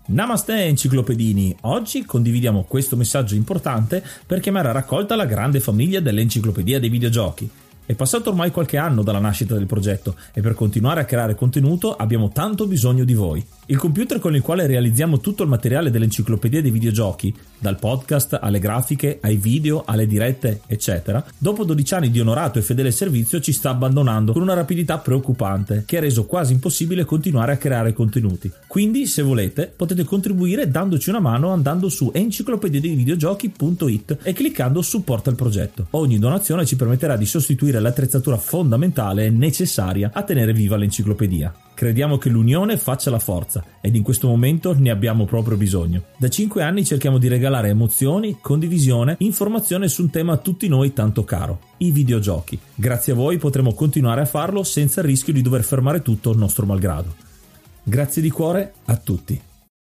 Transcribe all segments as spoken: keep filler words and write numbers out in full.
Namaste enciclopedini, oggi condividiamo questo messaggio importante per chiamare a raccolta la grande famiglia dell'Enciclopedia dei Videogiochi. È passato ormai qualche anno dalla nascita del progetto e per continuare a creare contenuto abbiamo tanto bisogno di voi. Il computer con il quale realizziamo tutto il materiale dell'Enciclopedia dei Videogiochi, dal podcast alle grafiche, ai video, alle dirette, eccetera, dopo dodici anni di onorato e fedele servizio ci sta abbandonando con una rapidità preoccupante che ha reso quasi impossibile continuare a creare contenuti. Quindi, se volete, potete contribuire dandoci una mano andando su enciclopedia dei videogiochi punto it e cliccando supporta il progetto. Ogni donazione ci permetterà di sostituire l'attrezzatura fondamentale e necessaria a tenere viva l'enciclopedia. Crediamo che l'unione faccia la forza ed in questo momento ne abbiamo proprio bisogno. Da cinque anni cerchiamo di regalare emozioni, condivisione, informazione su un tema a tutti noi tanto caro, i videogiochi. Grazie a voi potremo continuare a farlo senza il rischio di dover fermare tutto nostro malgrado. Grazie di cuore a tutti.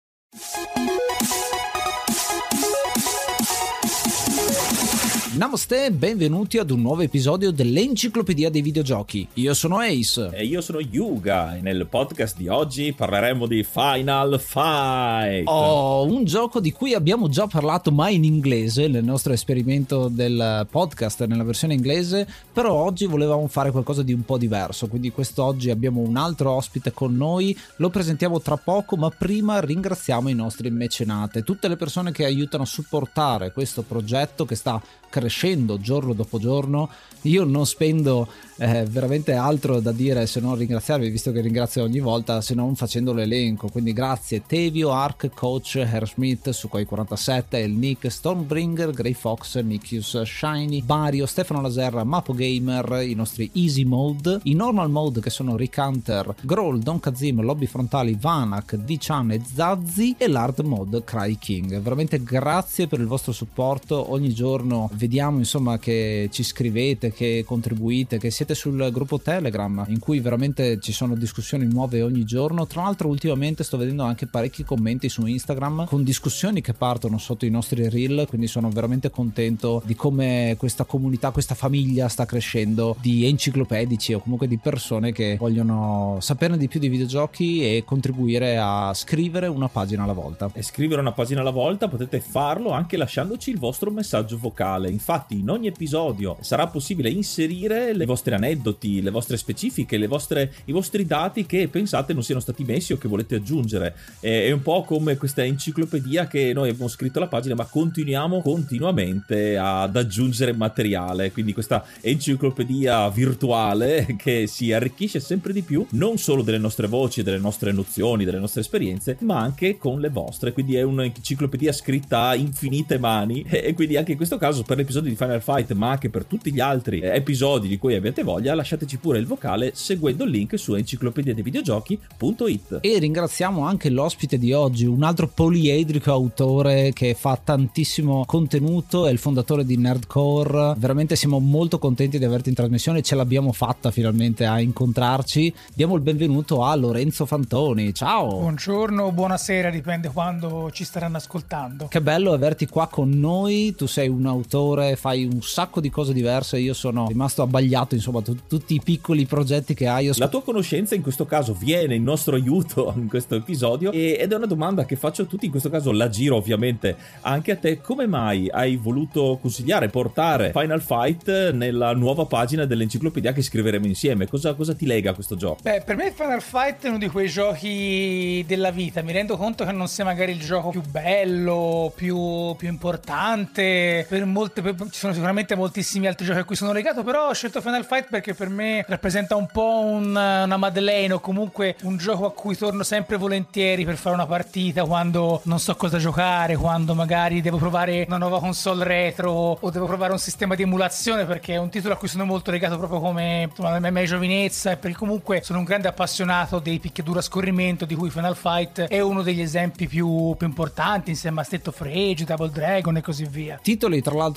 Namaste, benvenuti ad un nuovo episodio dell'Enciclopedia dei Videogiochi. Io sono Ace. E io sono Yuga e nel podcast di oggi parleremo di Final Fight. Oh, un gioco di cui abbiamo già parlato ma in inglese, nel nostro esperimento del podcast nella versione inglese, però oggi volevamo fare qualcosa di un po' diverso, quindi quest'oggi abbiamo un altro ospite con noi, lo presentiamo tra poco, ma prima ringraziamo i nostri mecenate, tutte le persone che aiutano a supportare questo progetto che sta crescendo giorno dopo giorno. Io non spendo eh, veramente altro da dire se non ringraziarvi, visto che ringrazio ogni volta, se non facendo l'elenco. Quindi grazie Tevio, Ark, Coach, Herschmidt, Sukhoi quarantasette, El Nick, Stormbringer, Grey Fox, Nikius, Shiny, Mario, Stefano Laserra, Mapo Gamer, i nostri Easy Mode, i Normal Mode che sono Rick Hunter, Growl, Don Kazim, Lobby Frontali, Vanak, D-Chan e Zazzi e l'Hard Mode Cry King. Veramente grazie per il vostro supporto. Ogni giorno vediamo insomma che ci scrivete, che contribuite, che siete sul gruppo Telegram in cui veramente ci sono discussioni nuove ogni giorno. Tra l'altro ultimamente sto vedendo anche parecchi commenti su Instagram con discussioni che partono sotto i nostri reel, quindi sono veramente contento di come questa comunità, questa famiglia sta crescendo di enciclopedici o comunque di persone che vogliono saperne di più di videogiochi e contribuire a scrivere una pagina alla volta. E scrivere una pagina alla volta potete farlo anche lasciandoci il vostro messaggio vocale. Infatti in ogni episodio sarà possibile inserire le vostre aneddoti, le vostre specifiche, le vostre, i vostri dati che pensate non siano stati messi o che volete aggiungere. È un po' come questa enciclopedia che noi abbiamo scritto alla pagina, ma continuiamo continuamente ad aggiungere materiale, quindi questa enciclopedia virtuale che si arricchisce sempre di più, non solo delle nostre voci, delle nostre nozioni, delle nostre esperienze, ma anche con le vostre. Quindi è un'enciclopedia scritta a infinite mani e quindi anche in questo caso per l'episodio di Final Fight, ma anche per tutti gli altri episodi di cui avete voglia, lasciateci pure il vocale seguendo il link su enciclopedia dei videogiochi punto it. E ringraziamo anche l'ospite di oggi, un altro poliedrico autore che fa tantissimo contenuto, è il fondatore di Nerdcore. Veramente siamo molto contenti di averti in trasmissione, ce l'abbiamo fatta finalmente a incontrarci. Diamo il benvenuto a Lorenzo Fantoni. Ciao. Buongiorno, buonasera, dipende quando ci staranno ascoltando. Che bello averti qua con noi. Tu sei un autore, fai un sacco di cose diverse, io sono rimasto abbagliato insomma tu, tutti i piccoli progetti che hai. La tua conoscenza in questo caso viene in nostro aiuto in questo episodio e, ed è una domanda che faccio a tutti, in questo caso la giro ovviamente anche a te: come mai hai voluto consigliare, portare Final Fight nella nuova pagina dell'enciclopedia che scriveremo insieme? Cosa, cosa ti lega a questo gioco? Beh, per me Final Fight è uno di quei giochi della vita. Mi rendo conto che non sia magari il gioco più bello, più, più importante, per molte per, ci sono sicuramente moltissimi altri giochi a cui sono legato, però ho scelto Final Fight perché per me rappresenta un po' un, una Madeleine, o comunque un gioco a cui torno sempre volentieri per fare una partita quando non so cosa giocare, quando magari devo provare una nuova console retro o devo provare un sistema di emulazione, perché è un titolo a cui sono molto legato proprio come insomma, la mia giovinezza, e perché comunque sono un grande appassionato dei picchiaduro a scorrimento, di cui Final Fight è uno degli esempi più, più importanti, insieme a State of Rage, Double Dragon e così via. Titoli tra l'altro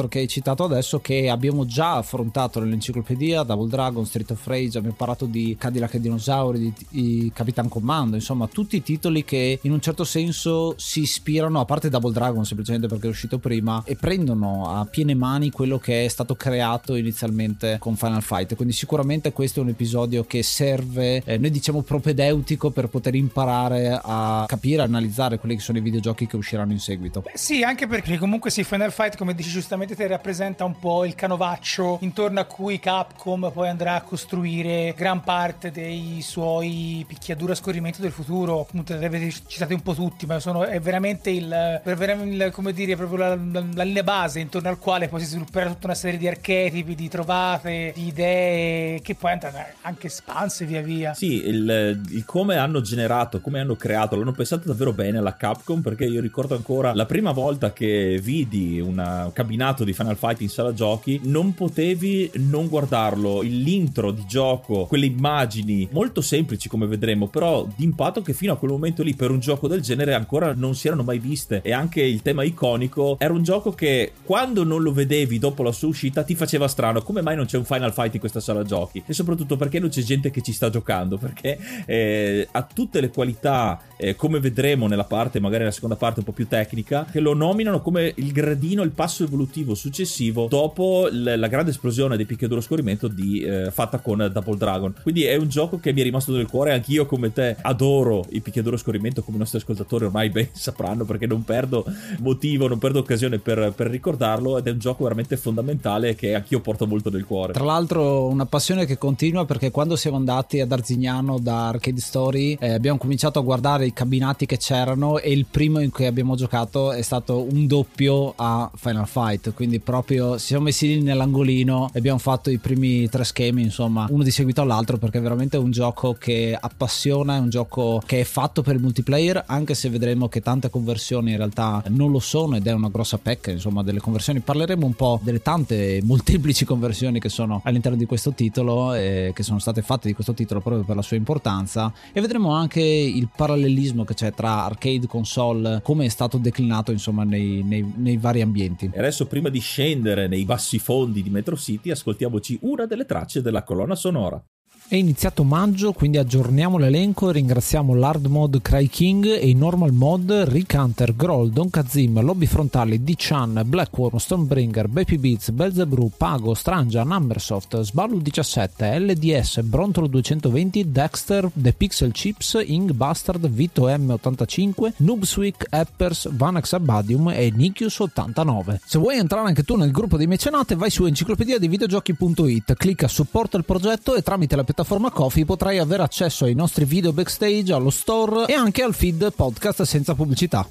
l'altro che hai citato adesso, che abbiamo già affrontato nell'enciclopedia: Double Dragon, Street of Rage, abbiamo parlato di Cadillac e Dinosauri, di, di Capitan Commando, insomma tutti i titoli che in un certo senso si ispirano, a parte Double Dragon semplicemente perché è uscito prima, e prendono a piene mani quello che è stato creato inizialmente con Final Fight. Quindi sicuramente questo è un episodio che serve, eh, noi diciamo propedeutico, per poter imparare a capire, analizzare quelli che sono i videogiochi che usciranno in seguito. Beh, sì, anche perché comunque sì, Final Fight, come dici giustamente te, rappresenta un po' il canovaccio intorno a cui Capcom poi andrà a costruire gran parte dei suoi picchiaduro a scorrimento del futuro. Appunto, li avete citati un po' tutti, ma sono, è veramente il, il come dire, proprio la, la, la linea base intorno al quale poi si svilupperà tutta una serie di archetipi, di trovate, di idee che poi andranno anche espanse via via. Sì, il, il come hanno generato, come hanno creato, l'hanno pensato davvero bene alla Capcom, perché io ricordo ancora la prima volta che vidi una, un cabinato di Final Fight in sala giochi, non potevi non guardarlo, l'intro di gioco, quelle immagini molto semplici come vedremo, però d'impatto, che fino a quel momento lì per un gioco del genere ancora non si erano mai viste. E anche il tema iconico era un gioco che quando non lo vedevi dopo la sua uscita ti faceva strano: come mai non c'è un Final Fight in questa sala giochi? E soprattutto perché non c'è gente che ci sta giocando, perché eh, ha tutte le qualità, eh, come vedremo nella parte, magari nella seconda parte un po' più tecnica, che lo nominano come il gradino, il passo evolutivo successivo dopo l- la grande esplosione dei picchiaduro scorrimento di, eh, fatta con Double Dragon. Quindi è un gioco che mi è rimasto nel cuore. Anch'io come te adoro i picchiaduro scorrimento, come i nostri ascoltatori ormai ben sapranno, perché non perdo motivo, non perdo occasione per, per ricordarlo, ed è un gioco veramente fondamentale che anch'io porto molto nel cuore. Tra l'altro una passione che continua, perché quando siamo andati ad Arzignano da Arcade Story eh, abbiamo cominciato a guardare i cabinati che c'erano, e il primo in cui abbiamo giocato è stato un doppio a Final Fight, quindi proprio ci siamo messi lì nell'angolino e abbiamo fatto i primi tre schemi, insomma uno di seguito all'altro, perché è veramente un gioco che appassiona, è un gioco che è fatto per il multiplayer, anche se vedremo che tante conversioni in realtà non lo sono, ed è una grossa pecca insomma delle conversioni. Parleremo un po' delle tante molteplici conversioni che sono all'interno di questo titolo, eh, che sono state fatte di questo titolo proprio per la sua importanza, e vedremo anche il parallelismo che c'è tra arcade, console, come è stato declinato insomma nei, nei, nei vari ambienti. E adesso, prima di scendere nei bassi fondi di Metro City, ascoltiamoci una delle tracce della colonna sonora. È iniziato maggio, quindi aggiorniamo l'elenco e ringraziamo l'hard mod Cry King e i normal mod Rick Hunter, Groll, Don Kazim, Lobby Frontali, D-Chan, Blackworm, Stonebringer, Baby Beats, Belzebrew, Pago, Strangia, Numbersoft, Sballu diciassette, L D S, Brontolo duecentoventi, Dexter, The Pixel Chips, Ing Bastard, Vito M ottantacinque, Noobswick, Eppers, Vanax Abadium e Nikius ottantanove. Se vuoi entrare anche tu nel gruppo dei mecenate, vai su enciclopedia dei videogiochi punto it, clicca supporta il progetto e tramite la piattaforma Ko-fi potrai avere accesso ai nostri video backstage, allo store e anche al feed podcast senza pubblicità.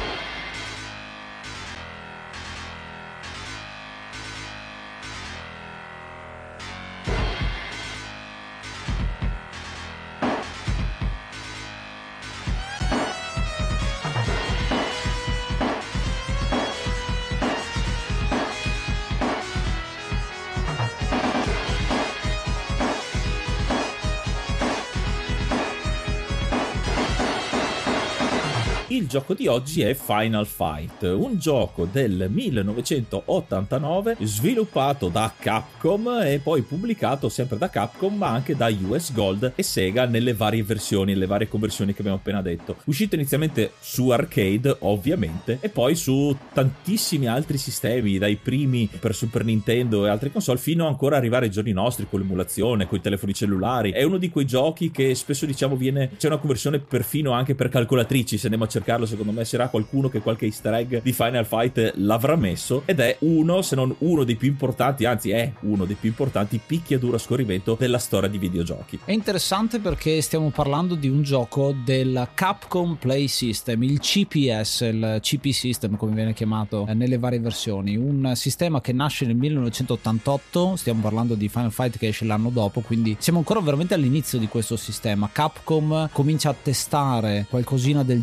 Il gioco di oggi è Final Fight, un gioco del millenovecentottantanove sviluppato da Capcom e poi pubblicato sempre da Capcom ma anche da U S Gold e Sega nelle varie versioni, le varie conversioni che abbiamo appena detto. Uscito inizialmente su arcade ovviamente e poi su tantissimi altri sistemi, dai primi per Super Nintendo e altre console fino ancora arrivare ai giorni nostri con l'emulazione, con i telefoni cellulari. È uno di quei giochi che spesso diciamo viene, c'è una conversione perfino anche per calcolatrici, se andiamo a cercarlo secondo me sarà qualcuno che qualche easter egg di Final Fight l'avrà messo, ed è uno se non uno dei più importanti, anzi è uno dei più importanti picchiaduro a scorrimento della storia di videogiochi. È interessante perché stiamo parlando di un gioco del Capcom Play System, il C P S, il C P System come viene chiamato nelle varie versioni, un sistema che nasce nel millenovecentottantotto, stiamo parlando di Final Fight che esce l'anno dopo, quindi siamo ancora veramente all'inizio di questo sistema. Capcom comincia a testare qualcosina del genere con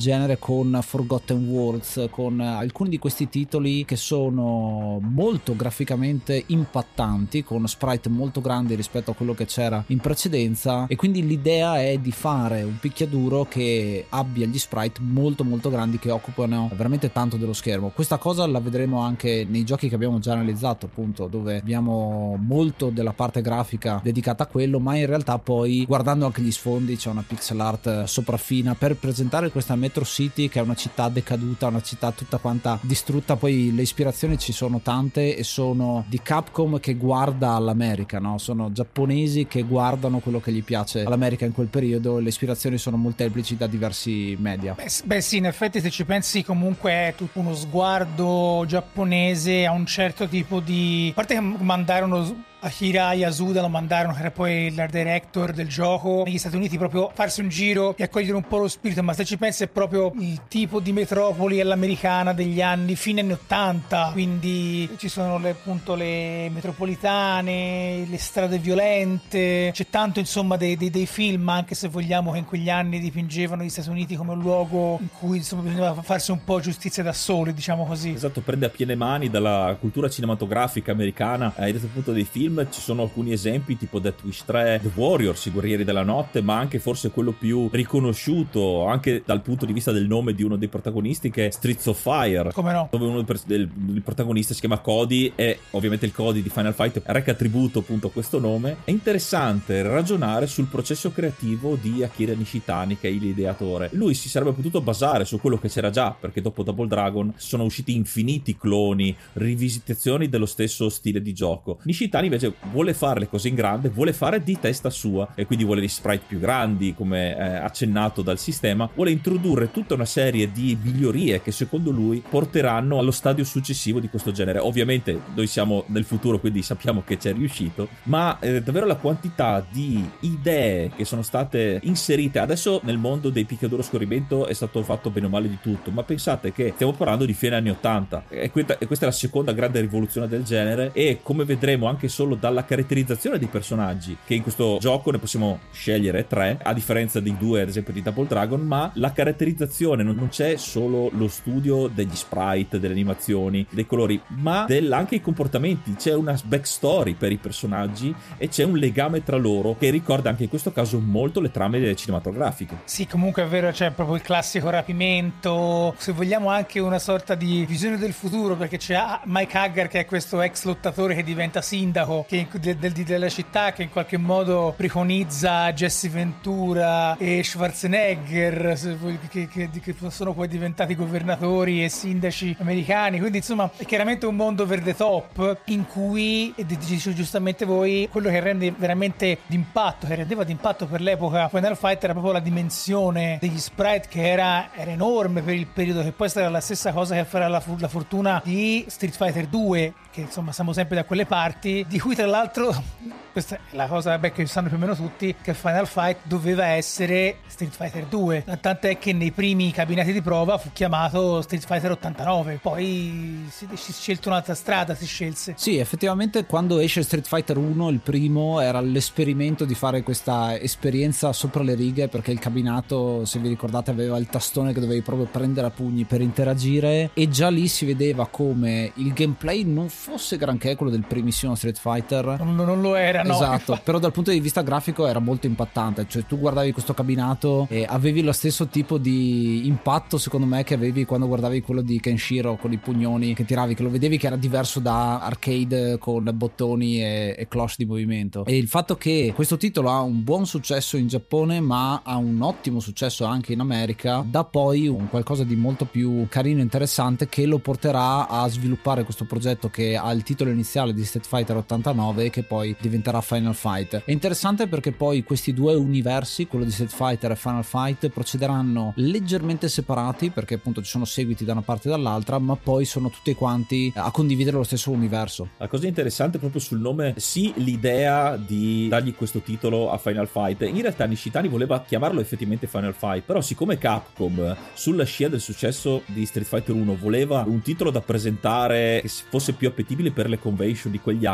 con Forgotten Worlds, con alcuni di questi titoli che sono molto graficamente impattanti, con sprite molto grandi rispetto a quello che c'era in precedenza, e quindi l'idea è di fare un picchiaduro che abbia gli sprite molto molto grandi che occupano veramente tanto dello schermo. Questa cosa la vedremo anche nei giochi che abbiamo già analizzato, appunto, dove abbiamo molto della parte grafica dedicata a quello, ma in realtà poi guardando anche gli sfondi c'è una pixel art sopraffina per presentare questa Metro City che è una città decaduta, una città tutta quanta distrutta. Poi le ispirazioni ci sono tante e sono di Capcom che guarda all'America, no? Sono giapponesi che guardano quello che gli piace all'America in quel periodo. Le ispirazioni sono molteplici da diversi media. Beh, beh sì, in effetti se ci pensi comunque è tutto uno sguardo giapponese a un certo tipo di... A parte che mandarono Akira Yasuda, lo mandarono, che era poi l'art director del gioco negli Stati Uniti, proprio farsi un giro e accogliere un po' lo spirito, ma se ci pensi è proprio il tipo di metropoli all'americana degli anni fine anni ottanta, quindi ci sono le, appunto le metropolitane, le strade violente, c'è tanto insomma dei, dei, dei film, anche se vogliamo, che in quegli anni dipingevano gli Stati Uniti come un luogo in cui insomma bisognava farsi un po' giustizia da soli, diciamo così. Esatto, prende a piene mani dalla cultura cinematografica americana. Hai detto appunto dei film, ci sono alcuni esempi tipo Death Wish tre, The Warriors, i guerrieri della notte, ma anche forse quello più riconosciuto anche dal punto di vista del nome di uno dei protagonisti, che è Streets of Fire. Come no? Dove uno del, del, del protagonista si chiama Cody e ovviamente il Cody di Final Fight reca tributo appunto a questo nome. È interessante ragionare sul processo creativo di Akira Nishitani, che è l'ideatore. Lui si sarebbe potuto basare su quello che c'era già, perché dopo Double Dragon sono usciti infiniti cloni, rivisitazioni dello stesso stile di gioco. Nishitani invece vuole fare le cose in grande, vuole fare di testa sua, e quindi vuole gli sprite più grandi, come eh, accennato dal sistema. Vuole introdurre tutta una serie di migliorie che secondo lui porteranno allo stadio successivo di questo genere. Ovviamente noi siamo nel futuro, quindi sappiamo che c'è riuscito, ma eh, davvero la quantità di idee che sono state inserite adesso nel mondo dei picchiaduro scorrimento è stato fatto bene o male di tutto, ma pensate che stiamo parlando di fine anni ottanta e questa, e questa è la seconda grande rivoluzione del genere, e come vedremo anche solo dalla caratterizzazione dei personaggi, che in questo gioco ne possiamo scegliere tre, a differenza dei due ad esempio di Double Dragon, ma la caratterizzazione non, non c'è solo lo studio degli sprite, delle animazioni, dei colori, ma del, anche i comportamenti. C'è una backstory per i personaggi e c'è un legame tra loro che ricorda anche in questo caso molto le trame cinematografiche. Sì, comunque è vero, c'è proprio il classico rapimento, se vogliamo anche una sorta di visione del futuro, perché c'è Mike Haggar che è questo ex lottatore che diventa sindaco che del, del, della città, che in qualche modo preconizza Jesse Ventura e Schwarzenegger, che, che, che sono poi diventati governatori e sindaci americani. Quindi insomma è chiaramente un mondo over the top in cui, e dice giustamente voi, quello che rende veramente d'impatto, che rendeva d'impatto per l'epoca Final Fight era proprio la dimensione degli sprite, che era, era enorme per il periodo, che poi sarà la stessa cosa che farà la, la fortuna di Street Fighter due, che insomma siamo sempre da quelle parti, di cui tra l'altro questa è la cosa vabbè, che sanno più o meno tutti, che Final Fight doveva essere Street Fighter due, tant'è che nei primi cabineti di prova fu chiamato Street Fighter ottantanove, poi si è scelto un'altra strada, si scelse. Sì, effettivamente quando esce Street Fighter uno, il primo, era l'esperimento di fare questa esperienza sopra le righe, perché il cabinato, se vi ricordate, aveva il tastone che dovevi proprio prendere a pugni per interagire, e già lì si vedeva come il gameplay non fosse granché quello del primissimo Street Fighter. Non, non lo era, no. Esatto, però dal punto di vista grafico era molto impattante, cioè tu guardavi questo cabinato e avevi lo stesso tipo di impatto secondo me che avevi quando guardavi quello di Kenshiro con i pugnoni che tiravi, che lo vedevi che era diverso da arcade con bottoni e, e cloche di movimento. E il fatto che questo titolo ha un buon successo in Giappone ma ha un ottimo successo anche in America dà poi un qualcosa di molto più carino e interessante, che lo porterà a sviluppare questo progetto che ha il titolo iniziale di Street Fighter ottantanove e che poi diventerà Final Fight. È interessante perché poi questi due universi, quello di Street Fighter e Final Fight, procederanno leggermente separati, perché appunto ci sono seguiti da una parte e dall'altra, ma poi sono tutti quanti a condividere lo stesso universo. La cosa interessante proprio sul nome, sì, l'idea di dargli questo titolo a Final Fight, in realtà Nishitani voleva chiamarlo effettivamente Final Fight, però siccome Capcom sulla scia del successo di Street Fighter uno voleva un titolo da presentare che fosse più appetibile per le convention di quegli anni,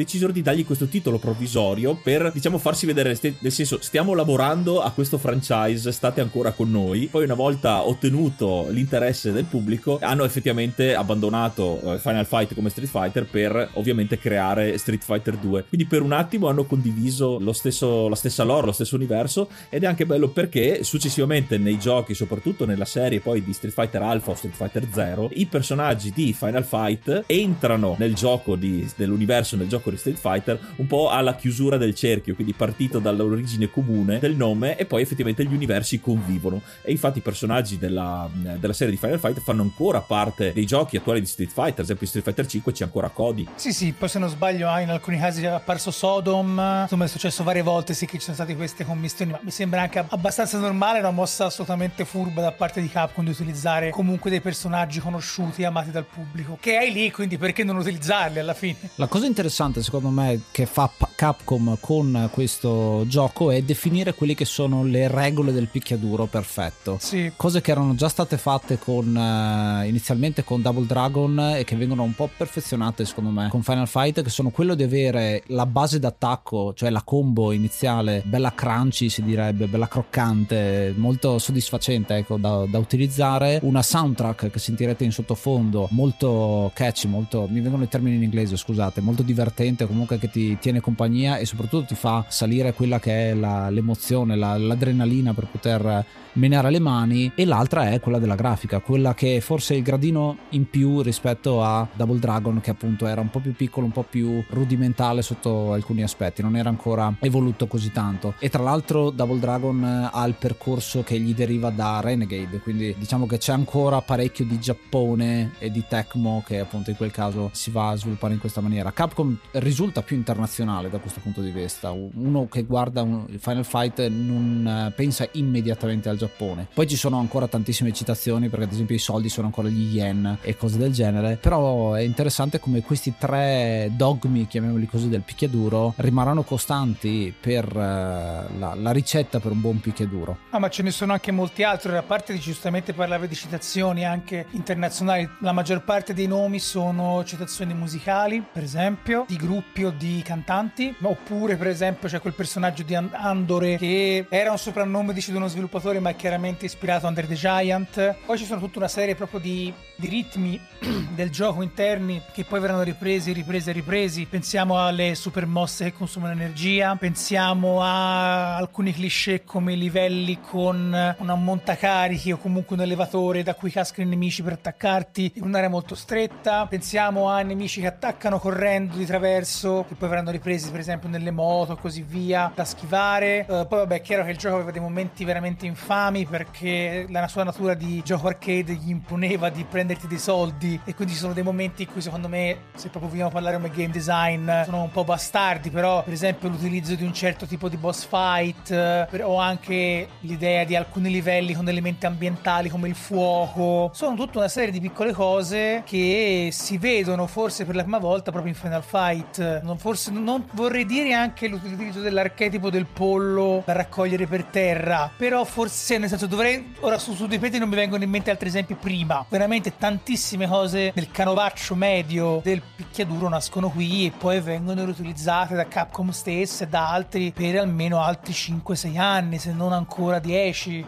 decisero di dargli questo titolo provvisorio per, diciamo, farsi vedere, nel senso, stiamo lavorando a questo franchise, state ancora con noi. Poi una volta ottenuto l'interesse del pubblico hanno effettivamente abbandonato Final Fight come Street Fighter per ovviamente creare Street Fighter due. Quindi per un attimo hanno condiviso lo stesso, la stessa lore, lo stesso universo, ed è anche bello perché successivamente nei giochi, soprattutto nella serie poi di Street Fighter Alpha o Street Fighter Zero, i personaggi di Final Fight entrano nel gioco di, dell'universo, nel gioco di Street Fighter, un po' alla chiusura del cerchio, quindi partito dall'origine comune del nome, e poi effettivamente gli universi convivono. E infatti i personaggi della, della serie di Final Fight fanno ancora parte dei giochi attuali di Street Fighter. Ad esempio in Street Fighter cinque c'è ancora Cody. Sì sì, poi se non sbaglio in alcuni casi è apparso Sodom, insomma è successo varie volte sì che ci sono state queste commistioni, ma mi sembra anche abbastanza normale, una mossa assolutamente furba da parte di Capcom di utilizzare comunque dei personaggi conosciuti e amati dal pubblico che hai lì, quindi perché non utilizzarli alla fine? La cosa interessante secondo me che fa Capcom con questo gioco è definire quelle che sono le regole del picchiaduro perfetto. Sì. Cose che erano già state fatte con uh, inizialmente con Double Dragon e che vengono un po' perfezionate secondo me con Final Fight, che sono quello di avere la base d'attacco, cioè la combo iniziale bella crunchy, si direbbe, bella croccante, molto soddisfacente, ecco, da, da utilizzare, una soundtrack che sentirete in sottofondo molto catchy, molto, mi vengono i termini in inglese scusate, molto divertente, comunque che ti tiene compagnia e soprattutto ti fa salire quella che è la, l'emozione, la, l'adrenalina per poter menare le mani, e l'altra è quella della grafica, quella che forse è il gradino in più rispetto a Double Dragon, che appunto era un po' più piccolo, un po' più rudimentale sotto alcuni aspetti, non era ancora evoluto così tanto. E tra l'altro Double Dragon ha il percorso che gli deriva da Renegade, quindi diciamo che c'è ancora parecchio di Giappone e di Tecmo che appunto in quel caso si va a sviluppare in questa maniera. Capcom risulta più internazionale da questo punto di vista, uno che guarda un Final Fight non pensa immediatamente al Giappone. Poi ci sono ancora tantissime citazioni, perché ad esempio i soldi sono ancora gli yen e cose del genere, però è interessante come questi tre dogmi, chiamiamoli così, del picchiaduro rimarranno costanti per uh, la, la ricetta per un buon picchiaduro. Ah, ma ce ne sono anche molti altri, a parte di giustamente parlare di citazioni anche internazionali, la maggior parte dei nomi sono citazioni musicali, per esempio, di gruppi o di cantanti, oppure per esempio c'è quel personaggio di Andore che era un soprannome dice di uno sviluppatore ma è chiaramente ispirato a Under the Giant. Poi ci sono tutta una serie proprio di, di ritmi del gioco interni che poi verranno ripresi, ripresi e ripresi. Pensiamo alle super mosse che consumano energia, pensiamo a alcuni cliché come i livelli con una montacarichi o comunque un elevatore da cui cascano i nemici per attaccarti in un'area molto stretta, pensiamo a nemici che attaccano correndo di traverso che poi verranno ripresi per esempio nelle moto e così via da schivare. Uh, poi vabbè, è chiaro che il gioco aveva dei momenti veramente infami perché la sua natura di gioco arcade gli imponeva di prenderti dei soldi, e quindi ci sono dei momenti in cui secondo me, se proprio vogliamo parlare come game design, sono un po' bastardi, però per esempio l'utilizzo di un certo tipo di boss fight eh, o anche l'idea di alcuni livelli con elementi ambientali come il fuoco, sono tutta una serie di piccole cose che si vedono forse per la prima volta proprio in Final Fight. Non, forse non vorrei dire anche l'utilizzo dell'archetipo del pollo da raccogliere per terra, però forse, nel senso, dovrei ora su, su dei peti non mi vengono in mente altri esempi prima. Veramente tantissime cose del canovaccio medio del picchiaduro nascono qui e poi vengono riutilizzate da Capcom stessa e da altri per almeno altri cinque sei anni, se non ancora dieci.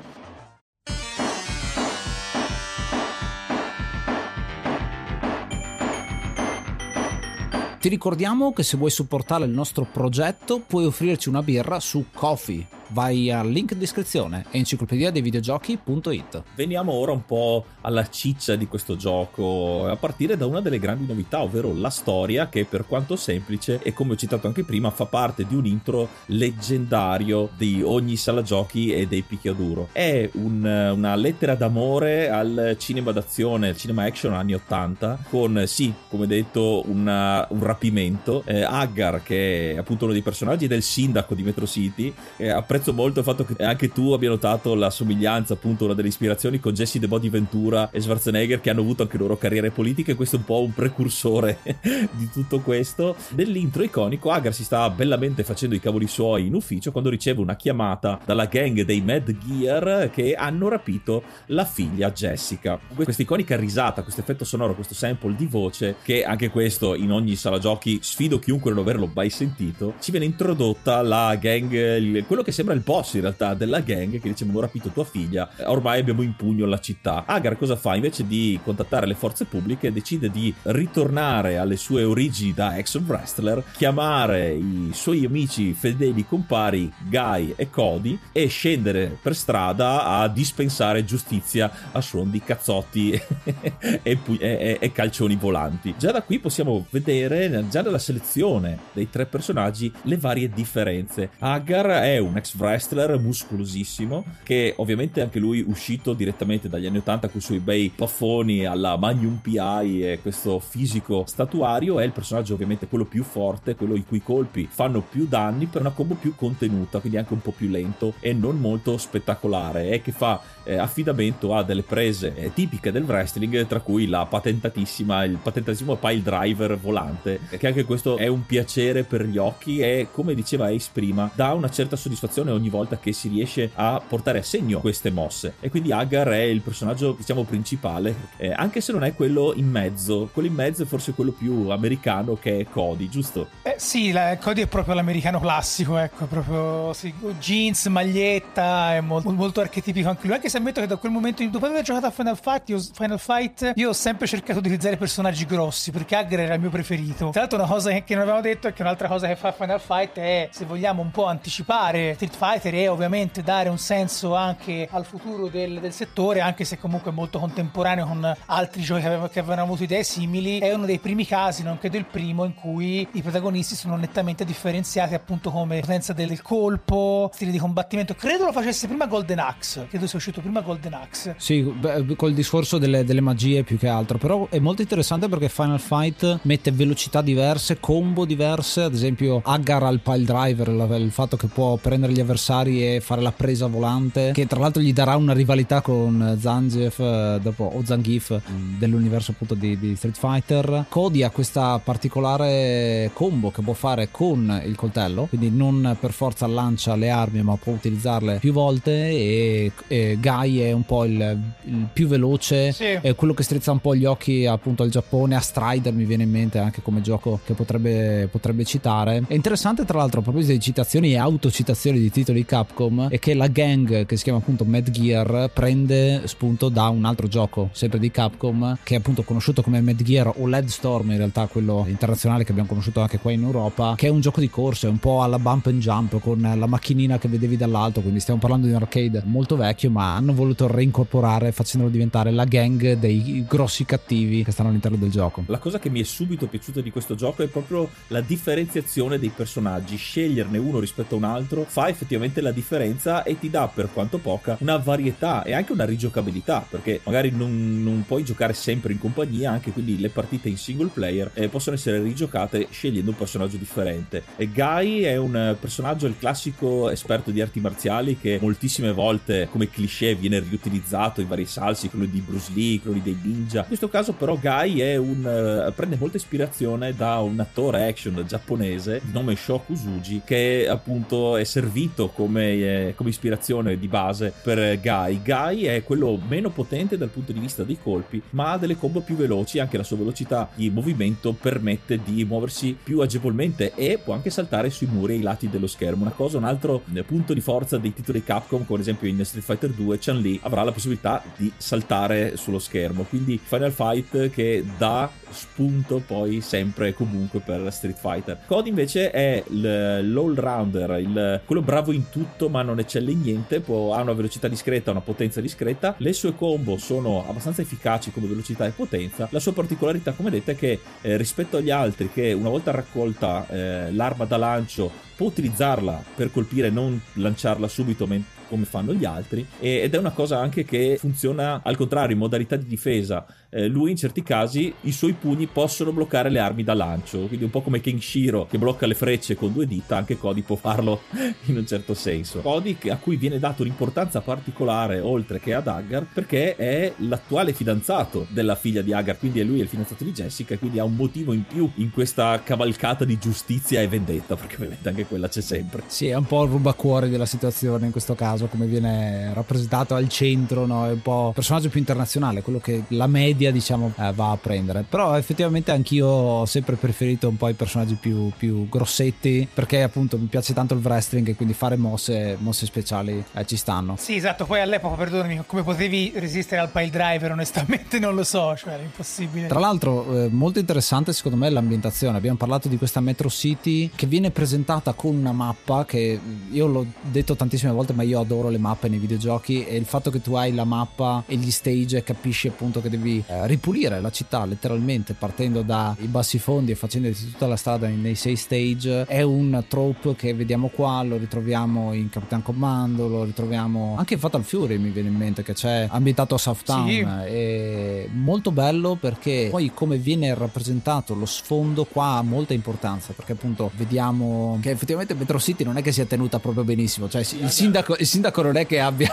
Ti ricordiamo che se vuoi supportare il nostro progetto puoi offrirci una birra su Ko-fi. Vai al link in descrizione, enciclopedia dei videogiochi punto it. Veniamo ora un po' alla ciccia di questo gioco, a partire da una delle grandi novità, ovvero la storia, che per quanto semplice e come ho citato anche prima fa parte di un intro leggendario di ogni sala giochi e dei picchiaduro. È un, una lettera d'amore al cinema d'azione, al cinema action anni ottanta, con sì, come detto, una, un rapimento. eh, Aggar, che è appunto uno dei personaggi del sindaco di Metro City, eh, ha apprezzo molto il fatto che anche tu abbia notato la somiglianza, appunto una delle ispirazioni, con Jesse the Body Ventura e Schwarzenegger, che hanno avuto anche loro carriere politiche. Questo è un po' un precursore di tutto questo. Nell'intro iconico Agar si sta bellamente facendo i cavoli suoi in ufficio quando riceve una chiamata dalla gang dei Mad Gear che hanno rapito la figlia Jessica. Questa iconica risata, questo effetto sonoro, questo sample di voce, che anche questo in ogni sala giochi, sfido chiunque a non averlo mai sentito, ci viene introdotta la gang, il, quello che sembra il boss in realtà della gang, che dice: abbiamo rapito tua figlia, ormai abbiamo in pugno la città. Agar cosa fa? Invece di contattare le forze pubbliche, decide di ritornare alle sue origini da ex wrestler, chiamare i suoi amici fedeli compari Guy e Cody e scendere per strada a dispensare giustizia a suon di cazzotti e, pu- e, e calcioni volanti. Già da qui possiamo vedere, già dalla selezione dei tre personaggi, le varie differenze. Agar è un ex wrestler muscolosissimo, che ovviamente anche lui uscito direttamente dagli anni ottanta con i suoi bei baffoni alla Magnum P I e questo fisico statuario. È il personaggio ovviamente quello più forte, quello i cui colpi fanno più danni per una combo più contenuta, quindi anche un po' più lento e non molto spettacolare, e che fa eh, affidamento a delle prese eh, tipiche del wrestling, tra cui la patentatissima il patentatissimo pile driver volante, che anche questo è un piacere per gli occhi e, come diceva Ace prima, dà una certa soddisfazione ogni volta che si riesce a portare a segno queste mosse. E quindi Agar è il personaggio, diciamo, principale, eh, anche se non è quello in mezzo. Quello in mezzo è forse quello più americano, che è Cody, giusto? Eh, sì, la, Cody è proprio l'americano classico, ecco, proprio sì, jeans, maglietta, è molto, molto archetipico anche lui, anche se ammetto che da quel momento, dopo aver giocato a Final Fight, io, Final Fight, io ho sempre cercato di utilizzare personaggi grossi, perché Agar era il mio preferito. Tra l'altro una cosa che, che non avevamo detto è che un'altra cosa che fa Final Fight è, se vogliamo un po' anticipare Street Fighter, e ovviamente dare un senso anche al futuro del, del settore, anche se comunque è molto contemporaneo con altri giochi che avevano, che avevano avuto idee simili. È uno dei primi casi, non credo il primo, in cui i protagonisti sono nettamente differenziati, appunto come potenza del colpo, stile di combattimento. Credo lo facesse prima Golden Axe, credo sia uscito prima Golden Axe. Sì, beh, col discorso delle, delle magie più che altro, però è molto interessante perché Final Fight mette velocità diverse, combo diverse, ad esempio Agar al pile driver, il fatto che può prendere gli avversari e fare la presa volante, che tra l'altro gli darà una rivalità con Zangief dopo, o Zangief dell'universo appunto di, di Street Fighter. Cody ha questa particolare combo che può fare con il coltello, quindi non per forza lancia le armi ma può utilizzarle più volte, e, e Guy è un po' il, il più veloce, sì, è quello che strizza un po' gli occhi appunto al Giappone. A Strider mi viene in mente anche come gioco che potrebbe, potrebbe citare. È interessante tra l'altro, a proposito di citazioni e autocitazioni di titoli Capcom, è che la gang che si chiama appunto Mad Gear prende spunto da un altro gioco sempre di Capcom, che è appunto conosciuto come Mad Gear o Lead Storm, in realtà quello internazionale che abbiamo conosciuto anche qua in Europa, che è un gioco di corse, un po' alla bump and jump, con la macchinina che vedevi dall'alto, quindi stiamo parlando di un arcade molto vecchio, ma hanno voluto reincorporare facendolo diventare la gang dei grossi cattivi che stanno all'interno del gioco. La cosa che mi è subito piaciuta di questo gioco è proprio la differenziazione dei personaggi. Sceglierne uno rispetto a un altro fa effettivamente la differenza e ti dà, per quanto poca, una varietà e anche una rigiocabilità, perché magari non, non puoi giocare sempre in compagnia, anche quindi le partite in single player eh, possono essere rigiocate scegliendo un personaggio differente. E Guy è un personaggio, il classico esperto di arti marziali, che moltissime volte come cliché viene riutilizzato in vari salsi, quello di Bruce Lee, quello dei ninja. In questo caso però Guy è un uh, prende molta ispirazione da un attore action giapponese di nome Sho Kusugi, che appunto è servito come, eh, come ispirazione di base per Guy. Guy è quello meno potente dal punto di vista dei colpi, ma ha delle combo più veloci, anche la sua velocità di movimento permette di muoversi più agevolmente e può anche saltare sui muri ai lati dello schermo. Una cosa, un altro punto di forza dei titoli Capcom, come ad esempio in Street Fighter due, Chun-Li avrà la possibilità di saltare sullo schermo, quindi Final Fight che dà spunto poi sempre e comunque per Street Fighter. Cody invece è l'all-rounder, il, quello bravo in tutto ma non eccelle in niente, può, ha una velocità discreta, una potenza discreta, le sue combo sono abbastanza efficaci come velocità e potenza. La sua particolarità, come detto, è che eh, rispetto agli altri, che una volta raccolta eh, l'arma da lancio può utilizzarla per colpire, non lanciarla subito mentre come fanno gli altri, ed è una cosa anche che funziona al contrario in modalità di difesa. Eh, lui in certi casi i suoi pugni possono bloccare le armi da lancio, quindi un po' come Kenshiro che blocca le frecce con due dita, anche Cody può farlo in un certo senso. Cody a cui viene data un'importanza particolare oltre che ad Haggar, perché è l'attuale fidanzato della figlia di Haggar, quindi è lui il fidanzato di Jessica, e quindi ha un motivo in più in questa cavalcata di giustizia e vendetta, perché ovviamente anche quella c'è sempre. Sì, è un po' il rubacuore della situazione in questo caso, come viene rappresentato al centro, no? È un po' il personaggio più internazionale, quello che la media, diciamo, eh, va a prendere. Però effettivamente anch'io ho sempre preferito un po' i personaggi più, più grossetti, perché appunto mi piace tanto il wrestling e quindi fare mosse, mosse speciali eh, ci stanno. Sì, esatto. Poi all'epoca, perdonami, come potevi resistere al pile driver? Onestamente non lo so, cioè era impossibile. Tra l'altro eh, molto interessante secondo me l'ambientazione. Abbiamo parlato di questa Metro City che viene presentata con una mappa che io l'ho detto tantissime volte, ma io adoro le mappe nei videogiochi, e il fatto che tu hai la mappa e gli stage e capisci appunto che devi eh, ripulire la città letteralmente partendo dai bassi fondi e facendoti tutta la strada nei sei stage è un trope che vediamo qua, lo ritroviamo in Capitan Commando, lo ritroviamo anche in Fatal Fury, mi viene in mente, che c'è ambientato a Southtown. Sì. È molto bello perché poi come viene rappresentato lo sfondo qua ha molta importanza, perché appunto vediamo che effettivamente Metro City non è che sia tenuta proprio benissimo, cioè il sindaco, il sindaco non è che abbia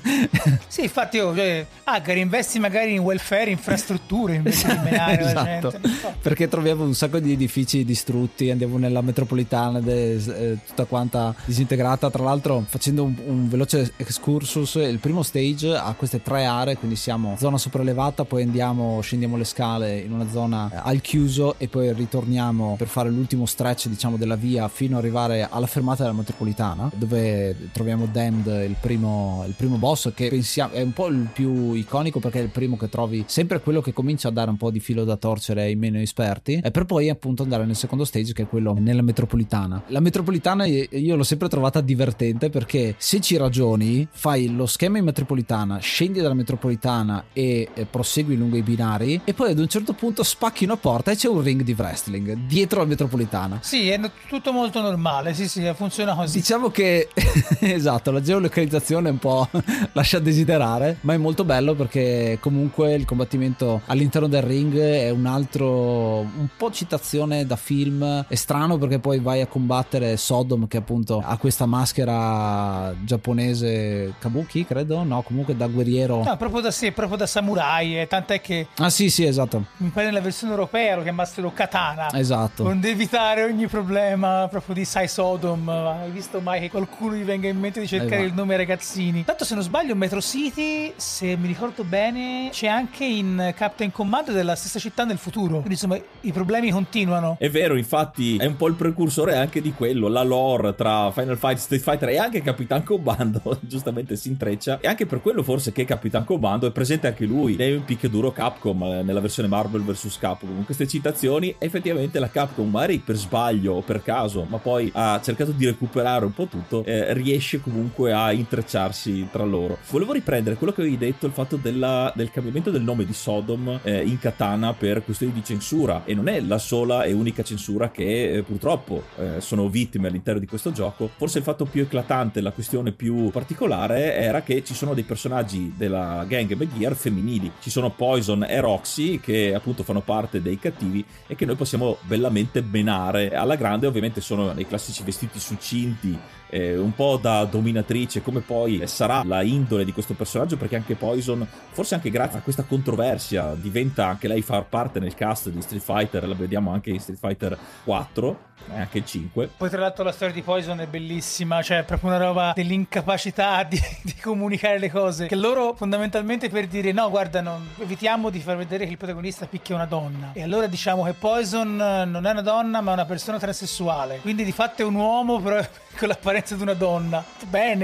sì, infatti io cioè, Haggar investi magari in welfare, infrastrutture invece di menare esatto. la gente, non so. Perché troviamo un sacco di edifici distrutti, andiamo nella metropolitana de, eh, tutta quanta disintegrata. Tra l'altro, facendo un, un veloce excursus, il primo stage ha queste tre aree, quindi siamo zona sopraelevata, poi andiamo, scendiamo le scale in una zona eh, al chiuso e poi ritorniamo per fare l'ultimo stretch, diciamo, della via fino ad arrivare alla fermata della metropolitana, dove troviamo Damned, il primo, il primo boss, che pensiamo è un po' il più iconico perché è il primo che trovi, sempre quello che comincia a dare un po' di filo da torcere ai meno esperti, e per poi appunto andare nel secondo stage, che è quello nella metropolitana. La metropolitana io l'ho sempre trovata divertente perché se ci ragioni fai lo schema in metropolitana, scendi dalla metropolitana e eh, prosegui lungo i binari e poi ad un certo punto spacchi una porta e c'è un ring di wrestling dietro la metropolitana. Sì, è tutto molto normale, sì sì, funziona così. Diciamo che esatto, la geolocalizzazione un po' lascia a desiderare, ma è molto bello perché comunque il combattimento all'interno del ring è un altro, un po' citazione da film. È strano perché poi vai a combattere Sodom, che appunto ha questa maschera giapponese kabuki, credo, no, comunque da guerriero, no, proprio da sì, proprio da samurai, eh, tant'è che ah sì sì esatto, mi pare nella versione europea lo chiamassero katana, esatto, per evitare ogni problema proprio di Sai Sodom. Hai visto mai che qualcuno gli venga in mente di cercare eh, il nome ai ragazzini? Tanto se non sbaglio Metro City, se mi ricordo bene, c'è anche in Captain Commando della stessa città nel futuro, quindi insomma i problemi continuano. È vero, infatti è un po' il precursore anche di quello, la lore tra Final Fight, Street Fighter e anche Capitan Commando giustamente si intreccia, e anche per quello forse che Capitan Commando è presente anche lui nei picchiaduro Capcom nella versione Marvel versus. Capcom. Con queste citazioni effettivamente la Capcom, magari per sbaglio o per caso, ma poi ha cercato di recuperare un po' tutto, eh, riesce comunque a intrecciarsi tra loro. Volevo riprendere quello che avevi detto, il fatto della, del cambiamento del nome di Sodom eh, in Katana per questioni di censura, e non è la sola e unica censura che eh, purtroppo eh, sono vittime all'interno di questo gioco. Forse il fatto più eclatante, la questione più particolare era che ci sono dei personaggi della gang Megear femminili, ci sono Poison e Roxy che appunto fanno parte dei cattivi e che noi possiamo bellamente menare alla grande. Ovviamente sono nei classici vestiti succinti, eh, un po' da dominatrice, come poi sarà la indole di questo personaggio, perché anche Poison, forse anche grazie a questa controversia, diventa anche lei far parte nel cast di Street Fighter. La vediamo anche in Street Fighter quattro e anche il cinque. Poi tra l'altro la storia di Poison è bellissima, cioè è proprio una roba dell'incapacità di, di comunicare le cose, che loro fondamentalmente, per dire no guarda, non, evitiamo di far vedere che il protagonista picchia una donna, e allora diciamo che Poison non è una donna ma è una persona transessuale, quindi di fatto è un uomo però con l'apparenza di una donna. Bene,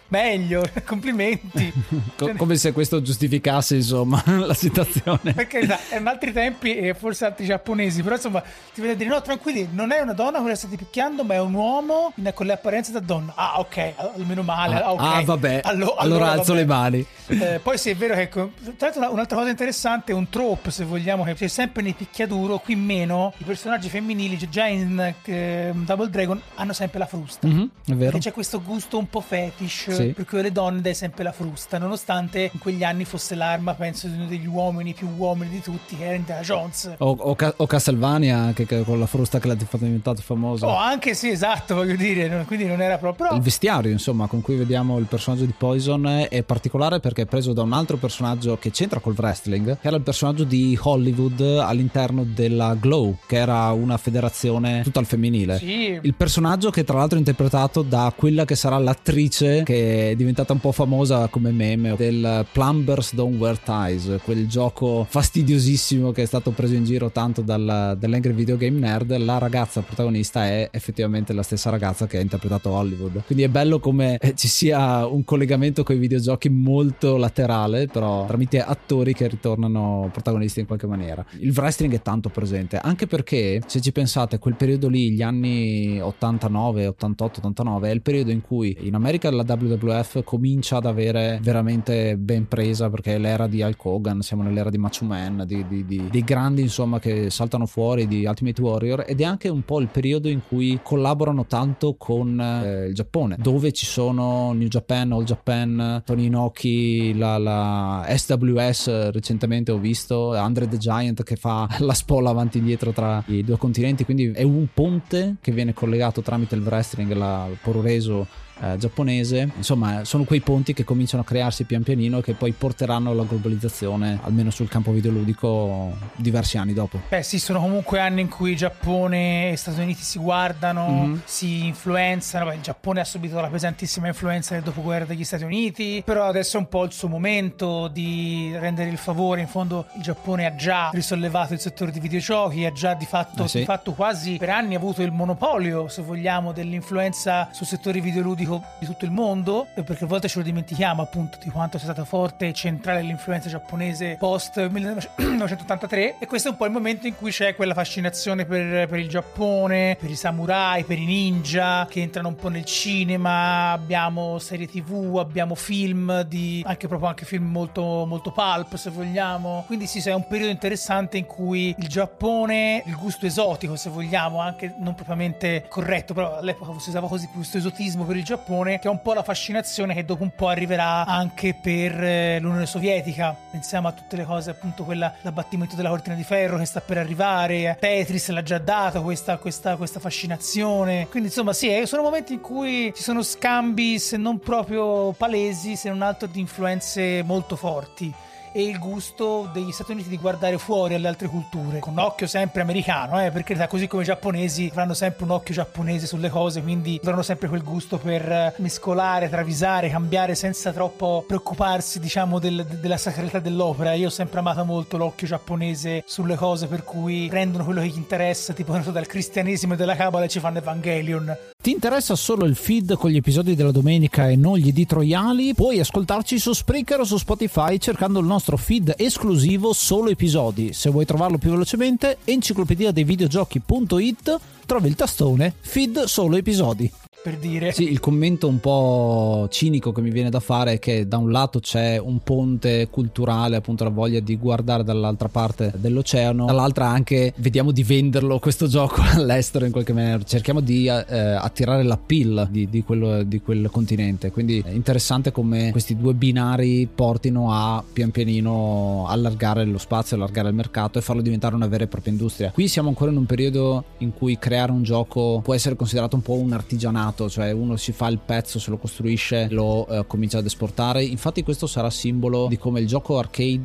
meglio, complimenti. Co- come se questo giustificasse insomma la situazione. Per carità, erano altri tempi e forse altri giapponesi, però insomma ti vede dire no, tranquilli, non è una donna quella che state picchiando, ma è un uomo con le apparenze da donna. Ah, ok, almeno male. Ah, okay. ah vabbè, Allo, allora, allora alzo vabbè. le mani. Eh, poi sì, è vero che tra l'altro un'altra cosa interessante, un trope se vogliamo, che c'è sempre nei picchiaduro, qui meno, i personaggi femminili già in eh, Double Dragon hanno sempre la frusta. Mm-hmm, è vero. Perché c'è questo gusto un po' fetish, sì. per cui le donne dai sempre la frusta, nonostante in quegli anni fosse l'arma, penso, di uno degli uomini più uomini di tutti, che era Indiana Jones. O, o, o Castlevania, che, che con la frusta che l'ha fatto diventato famoso. Oh, anche sì, esatto, voglio dire, quindi non era proprio... Però... Il vestiario, insomma, con cui vediamo il personaggio di Poison è particolare perché è preso da un altro personaggio che c'entra col wrestling, che era il personaggio di Hollywood all'interno della Glow, che era una federazione tutta al femminile. Sì. Il personaggio che tra l'altro è interpretato da quella che sarà l'attrice che è diventata un po' famosa come meme del Plumbers Don't Wear Ties, quel gioco fastidiosissimo che è stato preso in giro tanto dal, dall'Angry Video Game Nerd. La ragazza protagonista è effettivamente la stessa ragazza che ha interpretato Hollywood, quindi è bello come ci sia un collegamento con i videogiochi molto laterale, però tramite attori che ritornano protagonisti in qualche maniera. Il wrestling è tanto presente, anche perché se ci pensate, quel periodo lì, gli anni ottantanove, ottantotto, ottantanove, è il periodo in cui in America la W W F comincia ad avere veramente ben presa, perché è l'era di Hulk Hogan, siamo nell'era di Macho Man, di, di, di, dei grandi insomma che saltano fuori, di Ultimate Warrior, ed è anche un po' il periodo in cui collaborano tanto con eh, il Giappone, dove ci sono New Japan, All Japan, Tony Inoki, la, la S W S, recentemente ho visto Andre the Giant che fa la spola avanti e indietro tra i due continenti, quindi è un ponte che viene collegato tramite il wrestling, la Puroresu Eh, giapponese. Insomma, sono quei ponti che cominciano a crearsi pian pianino e che poi porteranno alla globalizzazione, almeno sul campo videoludico, diversi anni dopo. Beh sì, sono comunque anni in cui Giappone e Stati Uniti si guardano, mm-hmm. si influenzano. Beh, il Giappone ha subito la pesantissima influenza del dopoguerra degli Stati Uniti, però adesso è un po' il suo momento di rendere il favore. In fondo il Giappone ha già risollevato il settore di videogiochi, ha già di fatto, eh sì. di fatto quasi per anni avuto il monopolio, se vogliamo, dell'influenza sul settore videoludico di tutto il mondo, perché a volte ce lo dimentichiamo appunto di quanto sia stata forte e centrale l'influenza giapponese post millenovecentottantatré, e questo è un po' il momento in cui c'è quella fascinazione per, per il Giappone, per i samurai, per i ninja che entrano un po' nel cinema. Abbiamo serie tv, abbiamo film di anche proprio anche film molto molto pulp se vogliamo, quindi sì, è un periodo interessante in cui il Giappone, il gusto esotico se vogliamo, anche non propriamente corretto, però all'epoca si usava così, questo esotismo per il Giappone, che è un po' la fascinazione che dopo un po' arriverà anche per eh, l'Unione Sovietica. Pensiamo a tutte le cose, appunto quella, l'abbattimento della cortina di ferro che sta per arrivare, Tetris l'ha già dato questa, questa, questa fascinazione, quindi insomma sì, sono momenti in cui ci sono scambi se non proprio palesi, se non altro di influenze molto forti, e il gusto degli Stati Uniti di guardare fuori alle altre culture con un occhio sempre americano, eh, perché così come i giapponesi avranno sempre un occhio giapponese sulle cose, quindi avranno sempre quel gusto per mescolare, travisare, cambiare senza troppo preoccuparsi, diciamo, del, della sacralità dell'opera. Io ho sempre amato molto l'occhio giapponese sulle cose, per cui prendono quello che gli interessa, tipo dal cristianesimo e dalla cabala e ci fanno Evangelion. Ti interessa solo il feed con gli episodi della domenica e non gli editoriali? Puoi ascoltarci su Spreaker o su Spotify cercando il nostro feed esclusivo Solo Episodi. Se vuoi trovarlo più velocemente, enciclopedia dei videogiochi punto it, trovi il tastone feed Solo Episodi. Per dire. Sì, il commento un po' cinico che mi viene da fare è che da un lato c'è un ponte culturale, appunto la voglia di guardare dall'altra parte dell'oceano, dall'altra anche vediamo di venderlo questo gioco all'estero in qualche maniera, cerchiamo di eh, attirare l'appeal di, di, quello, di quel continente, quindi è interessante come questi due binari portino a pian pianino allargare lo spazio, allargare il mercato e farlo diventare una vera e propria industria. Qui siamo ancora in un periodo in cui creare un gioco può essere considerato un po' un artigianato, cioè uno si fa il pezzo, se lo costruisce, lo eh, comincia ad esportare. Infatti questo sarà simbolo di come il gioco arcade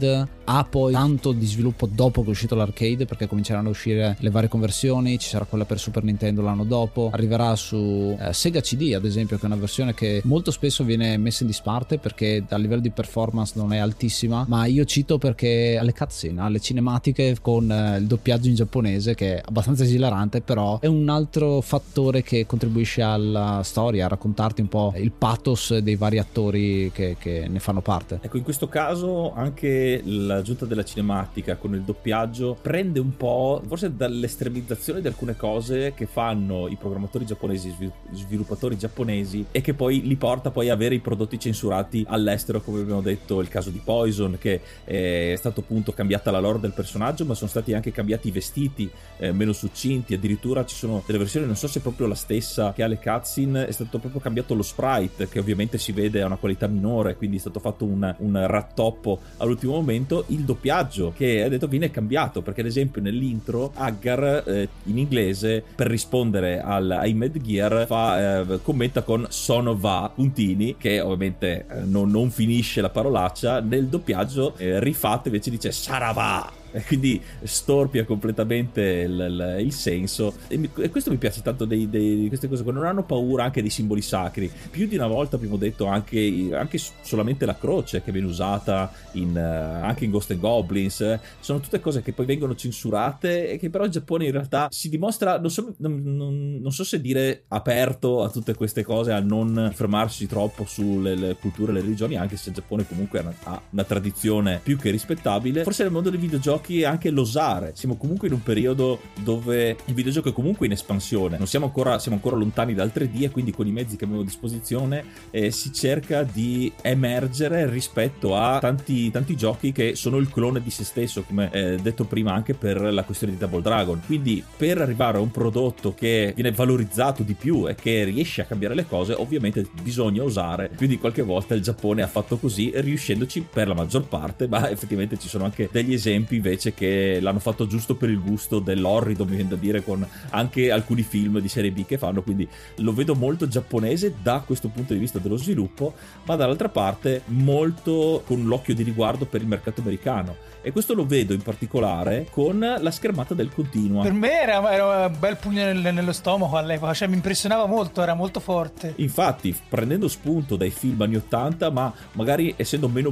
ha poi tanto di sviluppo dopo che è uscito l'arcade, perché cominceranno a uscire le varie conversioni, ci sarà quella per Super Nintendo l'anno dopo, arriverà su eh, Sega C D ad esempio, che è una versione che molto spesso viene messa in disparte perché a livello di performance non è altissima, ma io cito perché alle cutscene, alle cinematiche con eh, il doppiaggio in giapponese, che è abbastanza esilarante, però è un altro fattore che contribuisce alla storia, a raccontarti un po' il pathos dei vari attori che, che ne fanno parte. Ecco, in questo caso anche l'aggiunta della cinematica con il doppiaggio prende un po' forse dall'estremizzazione di alcune cose che fanno i programmatori giapponesi, sviluppatori giapponesi, e che poi li porta poi a avere i prodotti censurati all'estero, come abbiamo detto il caso di Poison, che è stato appunto cambiata la lore del personaggio, ma sono stati anche cambiati i vestiti, eh, meno succinti, addirittura ci sono delle versioni, non so se è proprio la stessa che ha le cutscene, è stato proprio cambiato lo sprite, che ovviamente si vede a una qualità minore, quindi è stato fatto un, un rattoppo all'ultimo momento. Il doppiaggio, che ha detto viene cambiato, perché ad esempio nell'intro Aggar eh, in inglese, per rispondere al, ai Mad Gear fa, eh, commenta con sono va puntini, che ovviamente eh, non, non finisce la parolaccia. Nel doppiaggio eh, rifatto invece dice sarava, e quindi storpia completamente il, il, il senso, e, mi, e questo mi piace tanto dei, dei, di queste cose, non hanno paura anche dei simboli sacri. Più di una volta abbiamo detto anche, anche solamente la croce che viene usata in, uh, anche in Ghost and Goblins, eh. Sono tutte cose che poi vengono censurate e che però il Giappone in realtà si dimostra, non so, non, non, non so se dire aperto a tutte queste cose, a non fermarsi troppo sulle le culture e le religioni, anche se il Giappone comunque ha una, ha una tradizione più che rispettabile. Forse nel mondo dei videogiochi anche l'osare, siamo comunque in un periodo dove il videogioco è comunque in espansione, non siamo ancora, siamo ancora lontani dal tre D, e quindi con i mezzi che abbiamo a disposizione eh, si cerca di emergere rispetto a tanti, tanti giochi che sono il clone di se stesso, come eh, detto prima anche per la questione di Double Dragon. Quindi per arrivare a un prodotto che viene valorizzato di più e che riesce a cambiare le cose, ovviamente bisogna osare. Quindi qualche volta il Giappone ha fatto così, riuscendoci per la maggior parte, ma effettivamente ci sono anche degli esempi invece che l'hanno fatto giusto per il gusto dell'orrido, mi viene da dire, con anche alcuni film di serie B che fanno. Quindi lo vedo molto giapponese da questo punto di vista dello sviluppo, ma dall'altra parte molto con l'occhio di riguardo per il mercato americano, e questo lo vedo in particolare con la schermata del continua. Per me era, era un bel pugno nel, nello stomaco all'epoca, cioè mi impressionava molto, era molto forte. Infatti, prendendo spunto dai film anni ottanta, ma magari essendo meno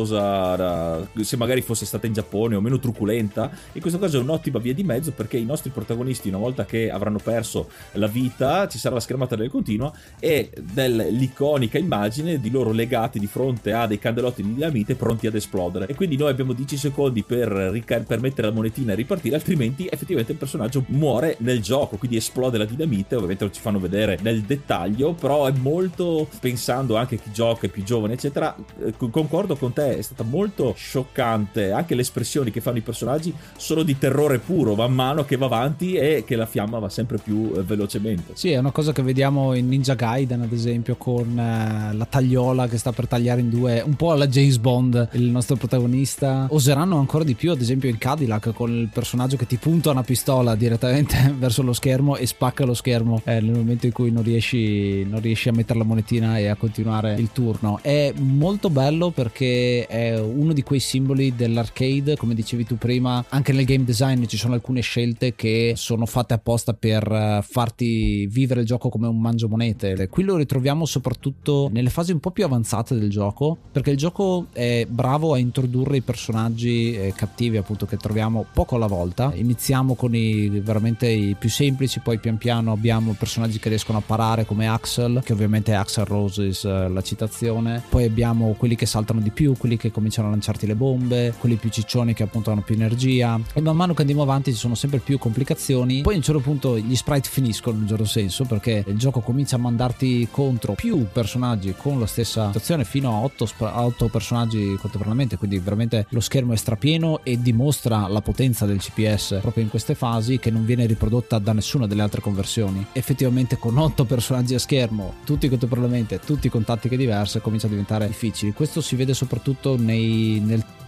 pucciosa, se magari fosse stata in Giappone, o meno truculenta, in questo caso è un'ottima via di mezzo, perché i nostri protagonisti, una volta che avranno perso la vita, ci sarà la schermata del continua e dell'iconica immagine di loro legati di fronte a dei candelotti di dinamite pronti ad esplodere, e quindi noi abbiamo dieci secondi per, ricar- per mettere la monetina e ripartire, altrimenti effettivamente il personaggio muore nel gioco, quindi esplode la dinamite. Ovviamente lo ci fanno vedere nel dettaglio, però è molto, pensando anche a chi gioca, è più giovane eccetera, eh, concordo con te, è stata molto scioccante. Anche le espressioni che fanno i personaggi sono di terrore puro, man mano che va avanti e che la fiamma va sempre più eh, velocemente. Sì, è una cosa che vediamo in Ninja Gaiden ad esempio, con eh, la tagliola che sta per tagliare in due, un po' alla James Bond il nostro protagonista. Oseranno ancora di più ad esempio in Cadillac, con il personaggio che ti punta una pistola direttamente verso lo schermo e spacca lo schermo eh, nel momento in cui non riesci, non riesci a mettere la monetina e a continuare il turno. È molto bello perché è uno di quei simboli dell'arcade, come dicevi tu prima. Anche nel game design ci sono alcune scelte che sono fatte apposta per farti vivere il gioco come un mangiamonete. Qui lo ritroviamo soprattutto nelle fasi un po' più avanzate del gioco, perché il gioco è bravo a introdurre i personaggi eh, cattivi, appunto, che troviamo poco alla volta. Iniziamo con i veramente i più semplici, poi pian piano abbiamo personaggi che riescono a parare, come Axel, che ovviamente è Axel Roses eh, la citazione. Poi abbiamo quelli che saltano di più, quelli che cominciano a lanciarti le bombe, quelli più ciccioni che appunto hanno più energia, e man mano che andiamo avanti ci sono sempre più complicazioni. Poi a un certo punto gli sprite finiscono in un certo senso, perché il gioco comincia a mandarti contro più personaggi con la stessa situazione, fino a otto personaggi contemporaneamente, quindi veramente lo schermo è strapieno e dimostra la potenza del C P S proprio in queste fasi, che non viene riprodotta da nessuna delle altre conversioni. Effettivamente con otto personaggi a schermo, tutti contemporaneamente, tutti con tattiche diverse, comincia a diventare difficile. Questo si vede soprattutto nei, nel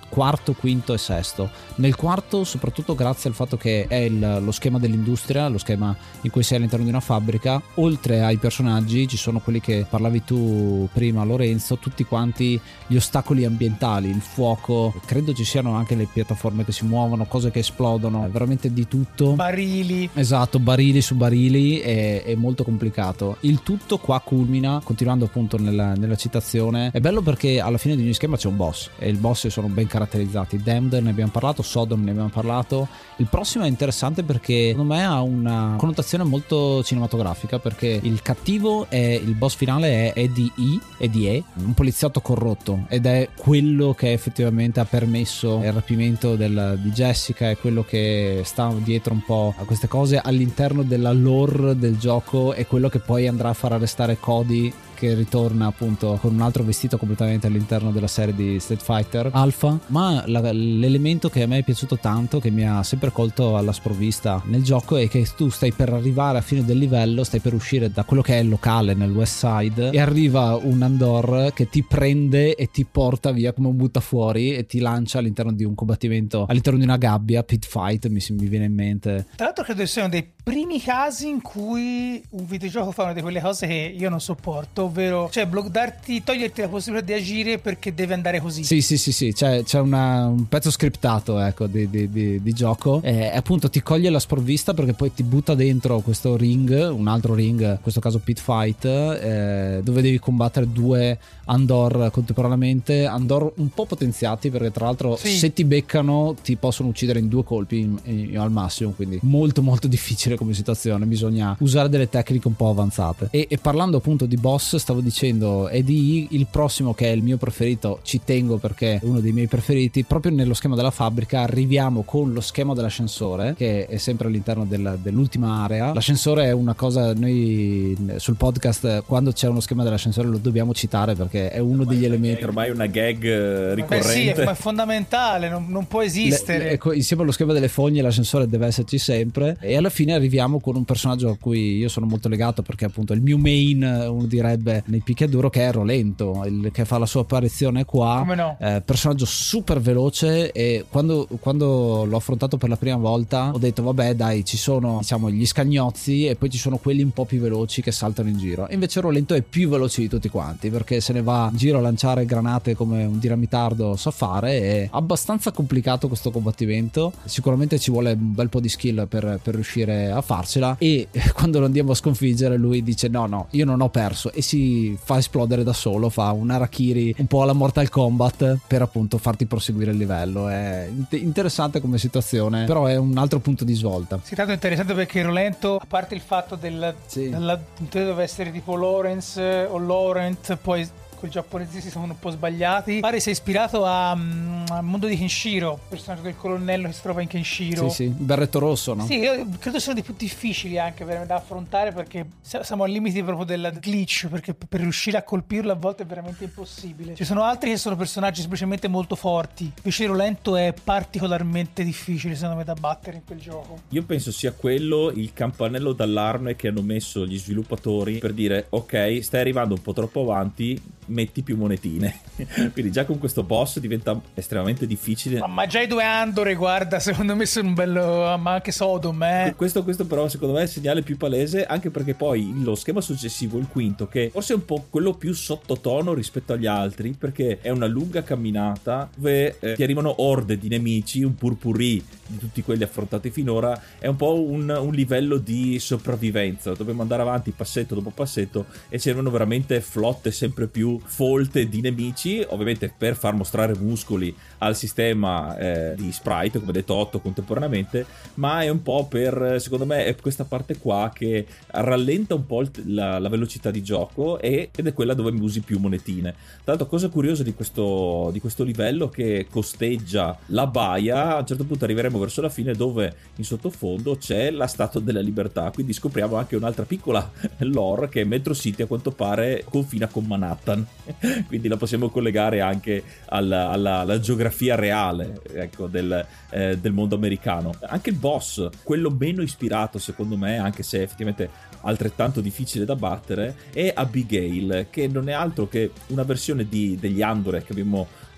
quarto, quinto e sesto. Nel quarto, soprattutto grazie al fatto che è il, lo schema dell'industria, lo schema in cui sei all'interno di una fabbrica, oltre ai personaggi ci sono quelli che parlavi tu prima, Lorenzo, tutti quanti gli ostacoli ambientali, il fuoco, credo ci siano anche le piattaforme che si muovono, cose che esplodono, è veramente di tutto. Barili. Esatto, barili su barili, è, è molto complicato. Il tutto qua culmina, continuando appunto nella, nella citazione, è bello perché alla fine di ogni schema c'è un boss e i boss sono ben caratterizzati. Damned ne abbiamo parlato, Sodom ne abbiamo parlato. Il prossimo è interessante perché secondo me ha una connotazione molto cinematografica, perché il cattivo è il boss finale è Eddie E, Eddie E, un poliziotto corrotto, ed è quello che effettivamente ha permesso il rapimento del, di Jessica, è quello che sta dietro un po' a queste cose all'interno della lore del gioco, è quello che poi andrà a far arrestare Cody, che ritorna appunto con un altro vestito completamente all'interno della serie di Street Fighter Alpha. Ma la, l'elemento che a me è piaciuto tanto, che mi ha sempre colto alla sprovvista nel gioco, è che tu stai per arrivare a fine del livello, stai per uscire da quello che è il locale nel West Side, e arriva un Andor che ti prende e ti porta via come un buttafuori e ti lancia all'interno di un combattimento, all'interno di una gabbia, pit fight mi, mi viene in mente. Tra l'altro credo che siano dei primi casi in cui un videogioco fa una di quelle cose che io non sopporto, ovvero cioè bloccarti, toglierti la possibilità di agire perché deve andare così. Sì sì sì sì, c'è, c'è una, un pezzo scriptato, ecco, di, di, di, di gioco, e appunto ti coglie la sprovvista perché poi ti butta dentro questo ring, un altro ring, in questo caso pit fight, eh, dove devi combattere due Andor contemporaneamente, Andor un po' potenziati, perché tra l'altro sì, se ti beccano ti possono uccidere in due colpi in, in, al massimo, quindi molto molto difficile come situazione, bisogna usare delle tecniche un po' avanzate. E, e parlando appunto di boss, stavo dicendo Eddie, il prossimo che è il mio preferito, ci tengo perché è uno dei miei preferiti, proprio nello schema della fabbrica arriviamo con lo schema dell'ascensore, che è sempre all'interno del, dell'ultima area. L'ascensore è una cosa, noi sul podcast quando c'è uno schema dell'ascensore lo dobbiamo citare perché è uno degli elementi, ormai una gag ricorrente. Beh sì, è fondamentale, non, non può esistere. Le, le, insieme allo schema delle fogne l'ascensore deve esserci sempre, e alla fine arriviamo con un personaggio a cui io sono molto legato perché appunto è il mio main, uno direbbe nei picchiaduro, che è Rolento, il che fa la sua apparizione qua. Come no? Eh, personaggio super veloce, e quando, quando l'ho affrontato per la prima volta ho detto vabbè dai, ci sono diciamo gli scagnozzi e poi ci sono quelli un po' più veloci che saltano in giro, e invece Rolento è più veloce di tutti quanti perché se ne va in giro a lanciare granate come un diramitardo sa fare. È abbastanza complicato questo combattimento, sicuramente ci vuole un bel po' di skill per, per riuscire a farcela, e quando lo andiamo a sconfiggere lui dice no no io non ho perso, e si fa esplodere da solo, fa un harakiri un po' alla Mortal Kombat per appunto farti proseguire il livello. È interessante come situazione, però è un altro punto di svolta. Sì, tanto interessante perché Rolento, a parte il fatto del sì, della, deve essere tipo Lawrence o Laurent, poi quei giapponesi si sono un po' sbagliati, pare sia ispirato a, um, al mondo di Kenshiro, il personaggio del colonnello che si trova in Kenshiro. Sì sì, il berretto rosso, no? Sì, io credo siano dei più difficili anche per, da affrontare, perché siamo al limite proprio del glitch, perché per riuscire a colpirlo a volte è veramente impossibile. Ci sono altri che sono personaggi semplicemente molto forti, invece Rolento è particolarmente difficile secondo me da battere in quel gioco. Io penso sia quello il campanello d'allarme che hanno messo gli sviluppatori per dire ok, stai arrivando un po' troppo avanti, metti più monetine. Quindi già con questo boss diventa estremamente difficile. Ma, ma già i due Andor, guarda, secondo me sono un bello, ma anche Sodom, eh. Questo, questo però secondo me è il segnale più palese, anche perché poi lo schema successivo, il quinto, che forse è un po' quello più sottotono rispetto agli altri, perché è una lunga camminata dove eh, ti arrivano orde di nemici, un purpurri di tutti quelli affrontati finora, è un po' un, un livello di sopravvivenza, dobbiamo andare avanti passetto dopo passetto e c'erano veramente flotte sempre più folte di nemici, ovviamente per far mostrare muscoli al sistema eh, di sprite, come detto otto contemporaneamente, ma è un po' per, secondo me è questa parte qua che rallenta un po' il, la, la velocità di gioco, e, ed è quella dove mi usi più monetine. Tra l'altro, cosa curiosa di questo, di questo livello, che costeggia la baia, a un certo punto arriveremo verso la fine dove in sottofondo c'è la Statua della Libertà, quindi scopriamo anche un'altra piccola lore, che Metro City a quanto pare confina con Manhattan, quindi la possiamo collegare anche alla, alla, alla geografia reale, ecco, del, eh, del mondo americano. Anche il boss, quello meno ispirato secondo me, anche se effettivamente altrettanto difficile da battere, è Abigail, che non è altro che una versione di, degli Andor che abbiamo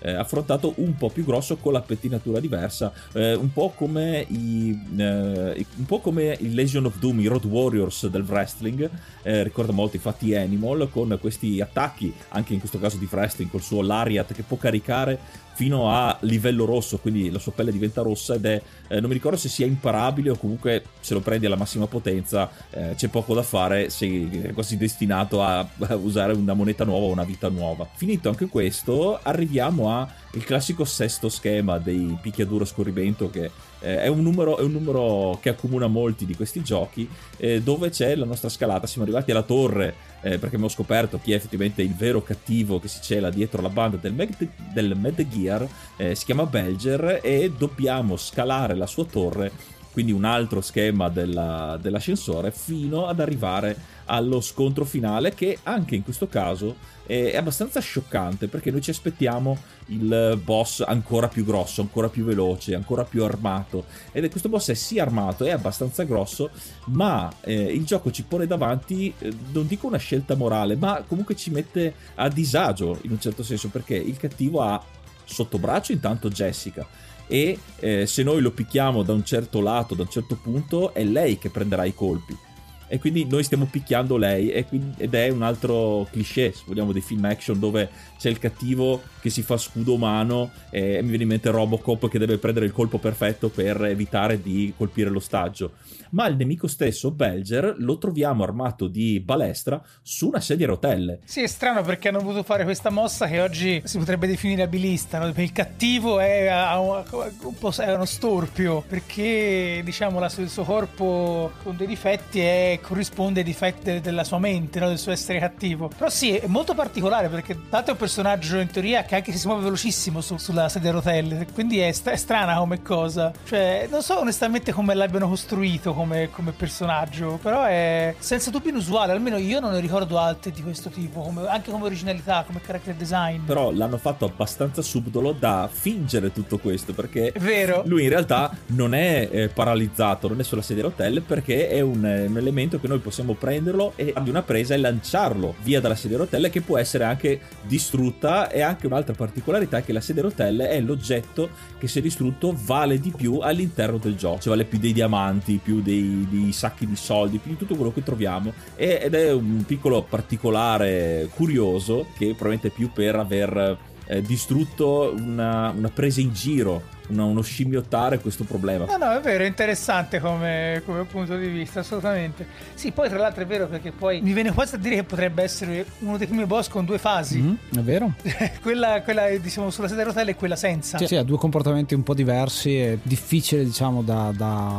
eh, affrontato un po' più grosso con la pettinatura diversa, eh, un po' come i, eh, un po' come il Legion of Doom, i Road Warriors del wrestling, eh, ricorda molto infatti Animal, con questi attacchi anche in questo caso di wrestling col suo Lariat che può caricare fino a livello rosso, quindi la sua pelle diventa rossa ed è, eh, non mi ricordo se sia imparabile o comunque se lo prendi alla massima potenza eh, c'è poco da fare, sei quasi destinato a, a usare una moneta nuova o una vita nuova. Finito anche questo, arriviamo a il classico sesto schema dei picchiaduro scorrimento, che eh, è, un numero, è un numero che accomuna molti di questi giochi, eh, dove c'è la nostra scalata. Siamo arrivati alla torre, eh, perché abbiamo scoperto chi è effettivamente il vero cattivo che si cela dietro la banda del, Med- del Mad Gear, eh, si chiama Belger, e dobbiamo scalare la sua torre, quindi un altro schema della, dell'ascensore, fino ad arrivare allo scontro finale, che anche in questo caso è abbastanza scioccante, perché noi ci aspettiamo il boss ancora più grosso, ancora più veloce, ancora più armato, ed è questo boss è sì armato, è abbastanza grosso, ma eh, il gioco ci pone davanti, eh, non dico una scelta morale, ma comunque ci mette a disagio in un certo senso, perché il cattivo ha sotto braccio intanto Jessica, e eh, se noi lo picchiamo da un certo lato, da un certo punto, è lei che prenderà i colpi, e quindi noi stiamo picchiando lei, e quindi, ed è un altro cliché, se vogliamo, dei film action, dove c'è il cattivo che si fa scudo umano, e mi viene in mente Robocop che deve prendere il colpo perfetto per evitare di colpire l'ostaggio. Ma il nemico stesso, Belger, lo troviamo armato di balestra su una sedia a rotelle. Sì, è strano perché hanno voluto fare questa mossa che oggi si potrebbe definire abilista, no? Il cattivo è, a, a, un po', è uno storpio, perché diciamo la, il suo corpo con dei difetti è, corrisponde ai difetti della sua mente, no? Del suo essere cattivo. Però sì, è molto particolare, perché tanto è un personaggio in teoria che anche si muove velocissimo su, sulla sedia a rotelle, quindi è, st- è strana come cosa. Cioè, non so onestamente come l'abbiano costruito come, come personaggio, però è senza dubbio inusuale, almeno io non ne ricordo altre di questo tipo, come, anche come originalità, come character design. Però l'hanno fatto abbastanza subdolo da fingere tutto questo, perché è vero, lui in realtà non è eh, paralizzato, non è sulla sedia a rotelle, perché è un, un elemento che noi possiamo prenderlo e di una presa e lanciarlo via dalla sedia a rotelle, che può essere anche distrutta. E anche un'altra particolarità è che la sedia a rotelle è l'oggetto che, se distrutto, vale di più all'interno del gioco, cioè vale più dei diamanti, più dei, dei sacchi di soldi, più di tutto quello che troviamo, ed è un piccolo particolare curioso, che probabilmente è più per aver eh, distrutto una, una presa in giro, una, uno scimmiottare questo problema. No, no, è vero, è interessante come, come punto di vista, assolutamente. Sì, poi tra l'altro è vero, perché poi mi viene quasi a dire che potrebbe essere uno dei primi boss con due fasi. Mm, è vero. quella, quella diciamo sulla sedia a rotelle e quella senza. Sì, sì, ha due comportamenti un po' diversi, è difficile diciamo da...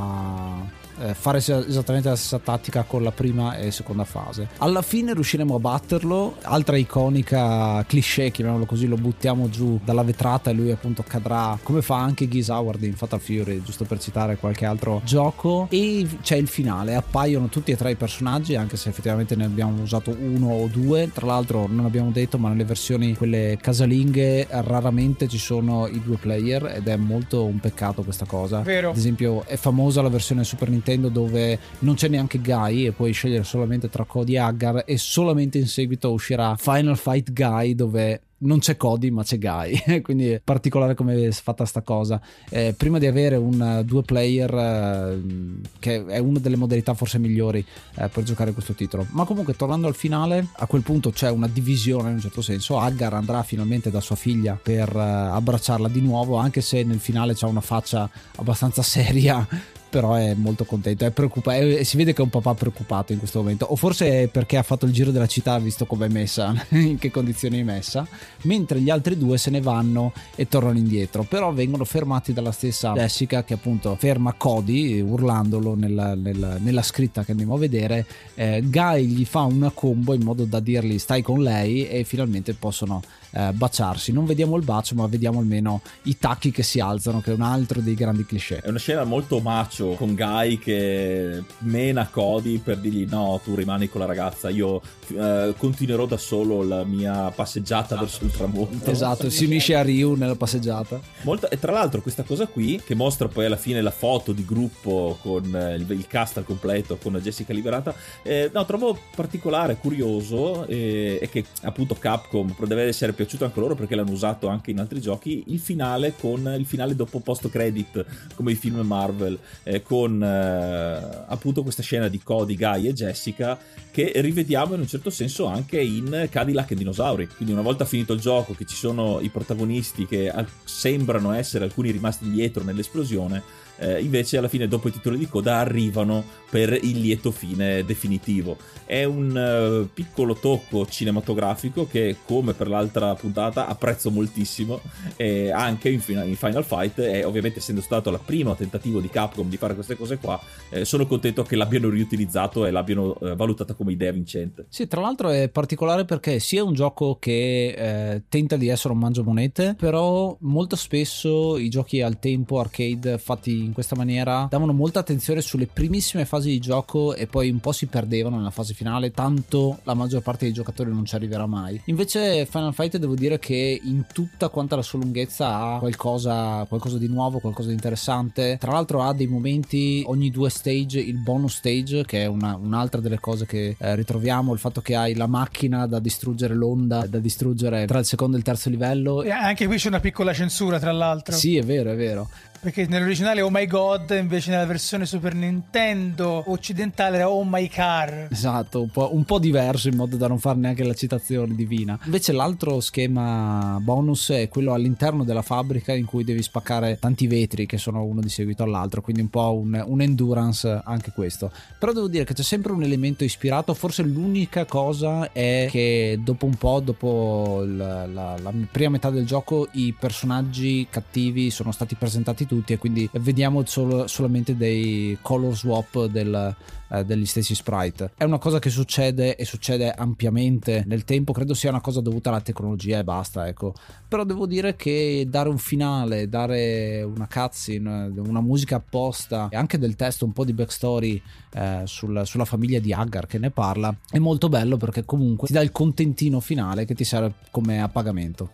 da... fare esattamente la stessa tattica con la prima e seconda fase. Alla fine riusciremo a batterlo. Altra iconica cliché, chiamiamolo così, lo buttiamo giù dalla vetrata e lui appunto cadrà, come fa anche Geese Howard in Fatal Fury, giusto per citare qualche altro gioco. E c'è il finale, appaiono tutti e tre i personaggi, anche se effettivamente ne abbiamo usato uno o due. Tra l'altro non abbiamo detto, ma nelle versioni quelle casalinghe raramente ci sono i due player, ed è molto un peccato questa cosa. Vero. Ad esempio è famosa la versione Super Nintendo dove non c'è neanche Guy e puoi scegliere solamente tra Cody e Haggar, e solamente in seguito uscirà Final Fight Guy dove non c'è Cody ma c'è Guy. Quindi è particolare come è fatta sta cosa. Eh, prima di avere un uh, due player, uh, che è una delle modalità forse migliori uh, per giocare questo titolo. Ma comunque, tornando al finale, a quel punto c'è una divisione in un certo senso. Haggar andrà finalmente da sua figlia per uh, abbracciarla di nuovo, anche se nel finale c'ha una faccia abbastanza seria, però è molto contento, è preoccupato, e si vede che è un papà preoccupato in questo momento, o forse è perché ha fatto il giro della città, visto come è messa, in che condizioni è messa, mentre gli altri due se ne vanno e tornano indietro, però vengono fermati dalla stessa Jessica, che appunto ferma Cody urlandolo nella, nella, nella scritta che andiamo a vedere. eh, Guy gli fa una combo in modo da dirgli stai con lei, e finalmente possono eh, baciarsi. Non vediamo il bacio, ma vediamo almeno i tacchi che si alzano, che è un altro dei grandi cliché. È una scena molto macho, con Guy che mena Cody per dirgli no, tu rimani con la ragazza, io eh, continuerò da solo la mia passeggiata verso il tramonto. Esatto, si unisce a Ryu nella passeggiata. Molto, e tra l'altro questa cosa qui, che mostra poi alla fine la foto di gruppo con eh, il, il cast al completo, con Jessica liberata, eh, no, trovo particolare, curioso, eh, e che appunto Capcom deve essere piaciuto anche loro perché l'hanno usato anche in altri giochi, il finale con il finale dopo post credit come i film Marvel, eh, con eh, appunto questa scena di Cody, Guy e Jessica che rivediamo in un certo senso anche in Cadillac e Dinosauri. Quindi una volta finito il gioco che ci sono i protagonisti che al- sembrano essere alcuni rimasti indietro nell'esplosione, Eh, invece alla fine dopo i titoli di coda arrivano per il lieto fine definitivo. È un uh, piccolo tocco cinematografico che, come per l'altra puntata, apprezzo moltissimo, e anche in, in Final Fight, e ovviamente essendo stato il primo tentativo di Capcom di fare queste cose qua, eh, sono contento che l'abbiano riutilizzato e l'abbiano eh, valutata come idea vincente. Sì, tra l'altro è particolare perché sia un gioco che eh, tenta di essere un mangiamonete, però molto spesso i giochi al tempo arcade fatti in questa maniera davano molta attenzione sulle primissime fasi di gioco e poi un po' si perdevano nella fase finale, tanto la maggior parte dei giocatori non ci arriverà mai. Invece Final Fight devo dire che in tutta quanta la sua lunghezza ha qualcosa, qualcosa di nuovo, qualcosa di interessante. Tra l'altro ha dei momenti, ogni due stage, il bonus stage, che è una, un'altra delle cose che eh, ritroviamo, il fatto che hai la macchina da distruggere, l'onda da distruggere tra il secondo e il terzo livello. E anche qui c'è una piccola censura, tra l'altro. Sì, è vero, è vero. Perché nell'originale Oh My God, invece nella versione Super Nintendo occidentale era Oh My Car. Esatto, un po', un po' diverso in modo da non fare neanche la citazione divina. Invece l'altro schema bonus è quello all'interno della fabbrica in cui devi spaccare tanti vetri che sono uno di seguito all'altro, quindi un po' un, un endurance anche questo. Però devo dire che c'è sempre un elemento ispirato, forse l'unica cosa è che dopo un po', dopo il, la, la prima metà del gioco, i personaggi cattivi sono stati presentati tutti e quindi vediamo solo, solamente dei color swap del, eh, degli stessi sprite. È una cosa che succede e succede ampiamente nel tempo, credo sia una cosa dovuta alla tecnologia e basta, ecco. Però devo dire che dare un finale, dare una cutscene, una musica apposta e anche del testo, un po' di backstory eh, sul, sulla famiglia di Haggar che ne parla, è molto bello perché comunque ti dà il contentino finale che ti serve come a pagamento.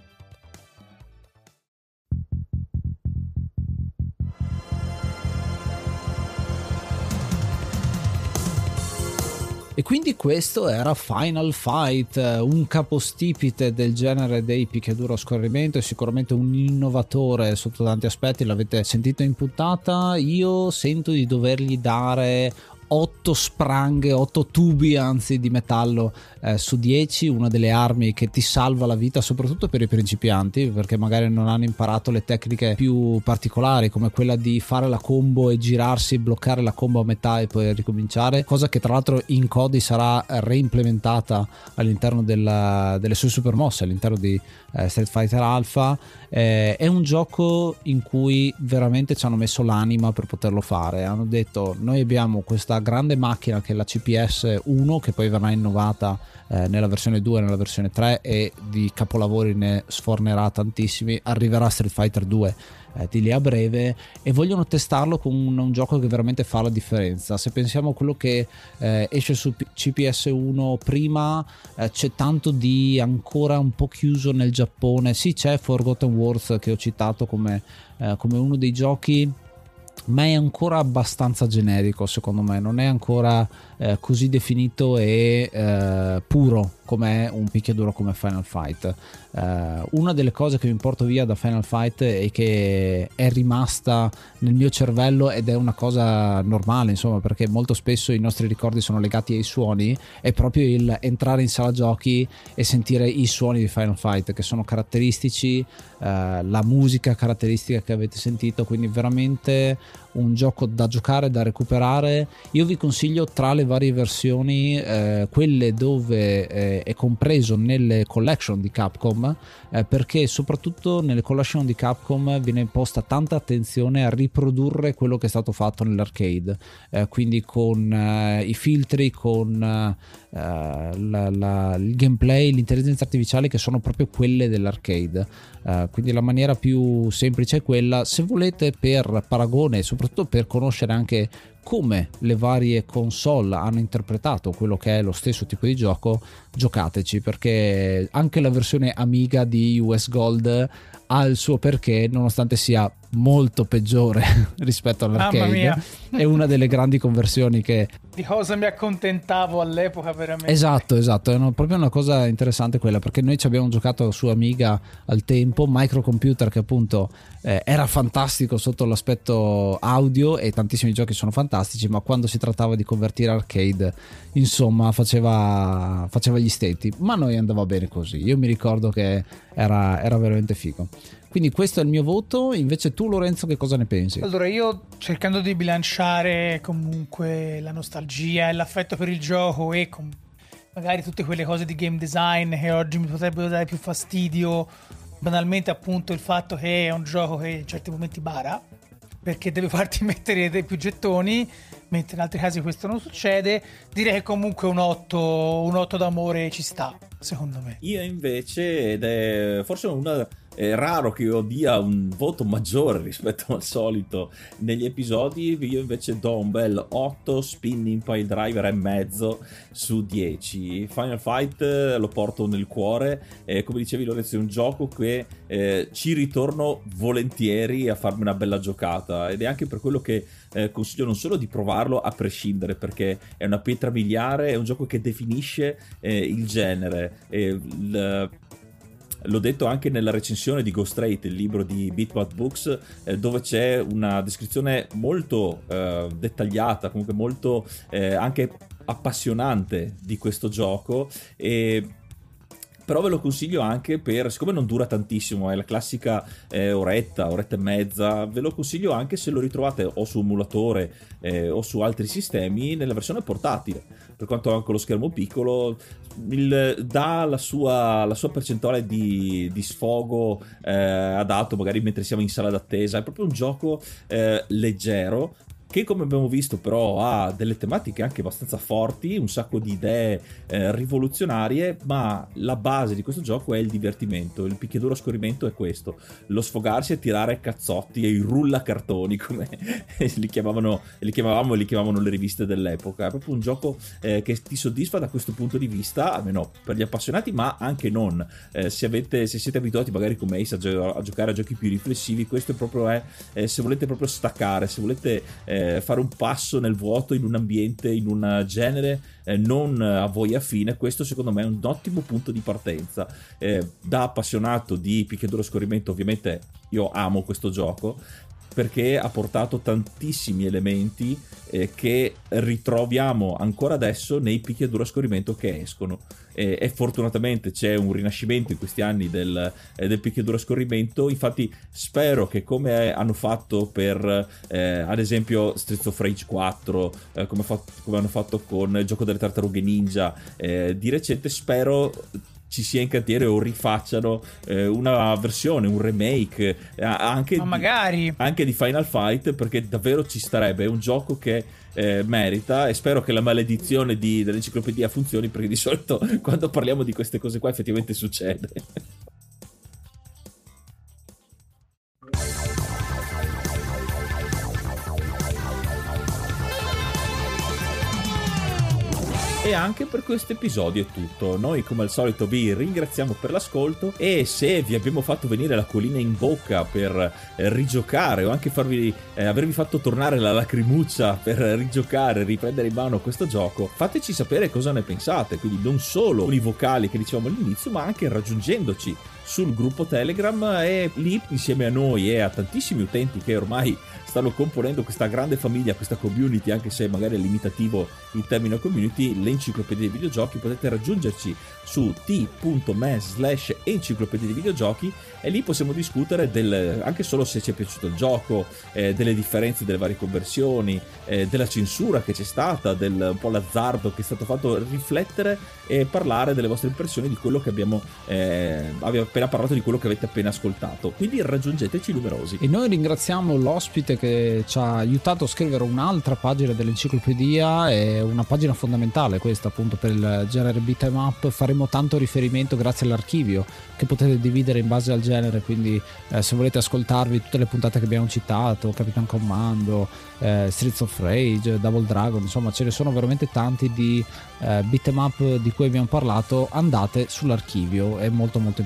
E quindi questo era Final Fight, un capostipite del genere dei picchiaduro a scorrimento e sicuramente un innovatore sotto tanti aspetti, l'avete sentito in puntata. Io sento di dovergli dare otto spranghe, otto tubi anzi di metallo eh, su dieci, una delle armi che ti salva la vita soprattutto per i principianti, perché magari non hanno imparato le tecniche più particolari come quella di fare la combo e girarsi, bloccare la combo a metà e poi ricominciare, cosa che tra l'altro in Cody sarà reimplementata all'interno della, delle sue super mosse all'interno di eh, Street Fighter Alpha. Eh, è un gioco in cui veramente ci hanno messo l'anima per poterlo fare, hanno detto noi abbiamo questa grande macchina che è la C P S uno che poi verrà innovata eh, nella versione due e nella versione tre e di capolavori ne sfornerà tantissimi, arriverà Street Fighter due eh, di lì a breve e vogliono testarlo con un, un gioco che veramente fa la differenza. Se pensiamo a quello che eh, esce su P- C P S uno prima, eh, c'è tanto di ancora un po' chiuso nel Giappone. Sì, c'è Forgotten Wars che ho citato come, eh, come uno dei giochi, ma è ancora abbastanza generico, secondo me non è ancora eh, così definito e eh, puro come un picchiaduro come Final Fight. Uh, una delle cose che mi porto via da Final Fight e che è rimasta nel mio cervello ed è una cosa normale, insomma, perché molto spesso i nostri ricordi sono legati ai suoni, è proprio il entrare in sala giochi e sentire i suoni di Final Fight che sono caratteristici, uh, la musica caratteristica che avete sentito, quindi veramente un gioco da giocare, da recuperare. Io vi consiglio tra le varie versioni eh, quelle dove eh, è compreso nelle collection di Capcom, eh, perché soprattutto nelle collection di Capcom viene posta tanta attenzione a riprodurre quello che è stato fatto nell'arcade, eh, quindi con eh, i filtri, con eh, la, la, il gameplay, l'intelligenza artificiale che sono proprio quelle dell'arcade. Uh, quindi la maniera più semplice è quella. Se volete, per paragone, soprattutto per conoscere anche come le varie console hanno interpretato quello che è lo stesso tipo di gioco, giocateci, perché anche la versione Amiga di U S Gold ha il suo perché, nonostante sia molto peggiore rispetto all'arcade. Mamma mia. È una delle grandi conversioni che Di cosa mi accontentavo all'epoca veramente. esatto esatto è una, proprio una cosa interessante quella, perché noi ci abbiamo giocato su Amiga al tempo, microcomputer che appunto eh, era fantastico sotto l'aspetto audio e tantissimi giochi sono fantastici, ma quando si trattava di convertire arcade insomma faceva faceva gli stenti, ma a noi andava bene così. Io mi ricordo che era, era veramente figo. Quindi questo è il mio voto. Invece tu, Lorenzo, che cosa ne pensi? Allora, io cercando di bilanciare comunque la nostalgia e l'affetto per il gioco e com- magari tutte quelle cose di game design che oggi mi potrebbero dare più fastidio, banalmente appunto il fatto che è un gioco che in certi momenti bara, perché deve farti mettere dei più gettoni, mentre in altri casi questo non succede, direi che comunque un otto, un otto d'amore ci sta, secondo me. Io invece, ed è forse una... è raro che io dia un voto maggiore rispetto al solito negli episodi, io invece do un bel otto Spinning Pile Driver e mezzo su dieci. Final Fight lo porto nel cuore e come dicevi Lorenzo è un gioco che eh, ci ritorno volentieri a farmi una bella giocata, ed è anche per quello che eh, consiglio non solo di provarlo a prescindere, perché è una pietra miliare, è un gioco che definisce eh, il genere, eh, il, l'ho detto anche nella recensione di Ghost Rate, il libro di Bitmap Books, eh, dove c'è una descrizione molto eh, dettagliata, comunque molto eh, anche appassionante di questo gioco, e però ve lo consiglio anche per, siccome non dura tantissimo, è la classica eh, oretta, oretta e mezza, ve lo consiglio anche se lo ritrovate o su emulatore eh, o su altri sistemi nella versione portatile, per quanto anche lo schermo piccolo il, dà la sua, la sua percentuale di, di sfogo eh, adatto magari mentre siamo in sala d'attesa. È proprio un gioco eh, leggero, che come abbiamo visto però ha delle tematiche anche abbastanza forti, un sacco di idee eh, rivoluzionarie, ma la base di questo gioco è il divertimento, il picchiaduro a scorrimento è questo, lo sfogarsi e tirare cazzotti e i rullacartoni come li chiamavano, li chiamavamo e li chiamavano le riviste dell'epoca. È proprio un gioco eh, che ti soddisfa da questo punto di vista, almeno per gli appassionati, ma anche non. Eh, se, avete, se siete abituati magari come Ace a, gio- a giocare a giochi più riflessivi, questo è proprio è, eh, se volete proprio staccare, se volete eh, fare un passo nel vuoto in un ambiente, in un genere eh, non a voi affine, questo secondo me è un ottimo punto di partenza. Eh, da appassionato di picchiaduro a scorrimento ovviamente io amo questo gioco perché ha portato tantissimi elementi eh, che ritroviamo ancora adesso nei picchiaduro a scorrimento che escono, e, e fortunatamente c'è un rinascimento in questi anni del, eh, del picchiaduro a scorrimento. Infatti spero che come hanno fatto per eh, ad esempio Streets of Rage quattro, eh, come, fa- come hanno fatto con il gioco delle tartarughe ninja eh, di recente, spero ci sia in cantiere o rifacciano eh, una versione, un remake eh, anche, ma magari di, anche di Final Fight, perché davvero ci starebbe. È un gioco che eh, merita, e spero che la maledizione di, dell'enciclopedia funzioni, perché di solito quando parliamo di queste cose qua effettivamente succede. E anche per questo episodio è tutto. Noi come al solito vi ringraziamo per l'ascolto, e se vi abbiamo fatto venire la collina in bocca per eh, rigiocare o anche farvi eh, avervi fatto tornare la lacrimuccia per rigiocare, riprendere in mano questo gioco, fateci sapere cosa ne pensate, quindi non solo con i vocali che dicevamo all'inizio, ma anche raggiungendoci sul gruppo Telegram, e lì insieme a noi e a tantissimi utenti che ormai stanno componendo questa grande famiglia, questa community, anche se magari è limitativo il termine community, l'enciclopedia dei videogiochi, potete raggiungerci su t.me slash enciclopedia dei videogiochi, e lì possiamo discutere del, anche solo se ci è piaciuto il gioco, eh, delle differenze delle varie conversioni, eh, della censura che c'è stata, del un po' l'azzardo che è stato fatto, riflettere e parlare delle vostre impressioni di quello che abbiamo eh, abbiamo appena parlato, di quello che avete appena ascoltato. Quindi raggiungeteci numerosi. E noi ringraziamo l'ospite che ci ha aiutato a scrivere un'altra pagina dell'enciclopedia, è una pagina fondamentale questa appunto per il genere beat 'em up. Faremo tanto riferimento grazie all'archivio che potete dividere in base al genere, quindi eh, se volete ascoltarvi tutte le puntate che abbiamo citato, Capitan Commando, eh, Streets of Rage, Double Dragon, insomma ce ne sono veramente tanti di eh, beat 'em up di cui abbiamo parlato, andate sull'archivio, è molto molto importante.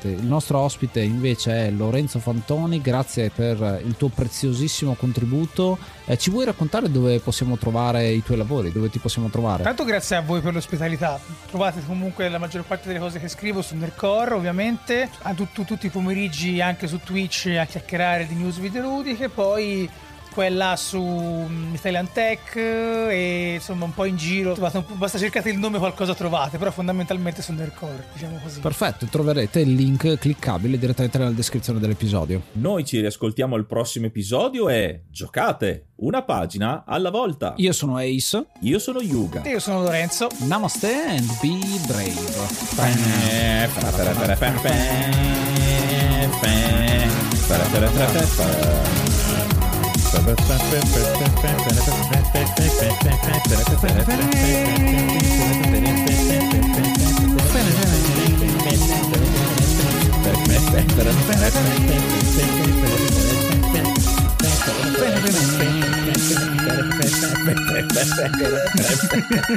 interessante. Il nostro ospite invece è Lorenzo Fantoni, grazie per il tuo preziosissimo contributo. Eh, ci vuoi raccontare dove possiamo trovare i tuoi lavori, dove ti possiamo trovare? Tanto grazie a voi per l'ospitalità. Trovate comunque la maggior parte delle cose che scrivo su Nerdcore, ovviamente, a tu, tu, tutti i pomeriggi anche su Twitch a chiacchierare di news videoludiche, poi quella su Italian Tech e insomma un po' in giro. Basta cercate il nome, qualcosa trovate, però fondamentalmente su Nerdcore, diciamo così. Perfetto, troverete il link cliccabile direttamente nella descrizione dell'episodio. Noi ci riascoltiamo al prossimo episodio e giocate una pagina alla volta. Io sono Ace. Io sono Yuga. E io sono Lorenzo. Namaste and be brave.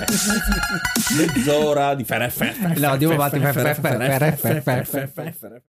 Mezz'ora di fere. No, andiamo avanti.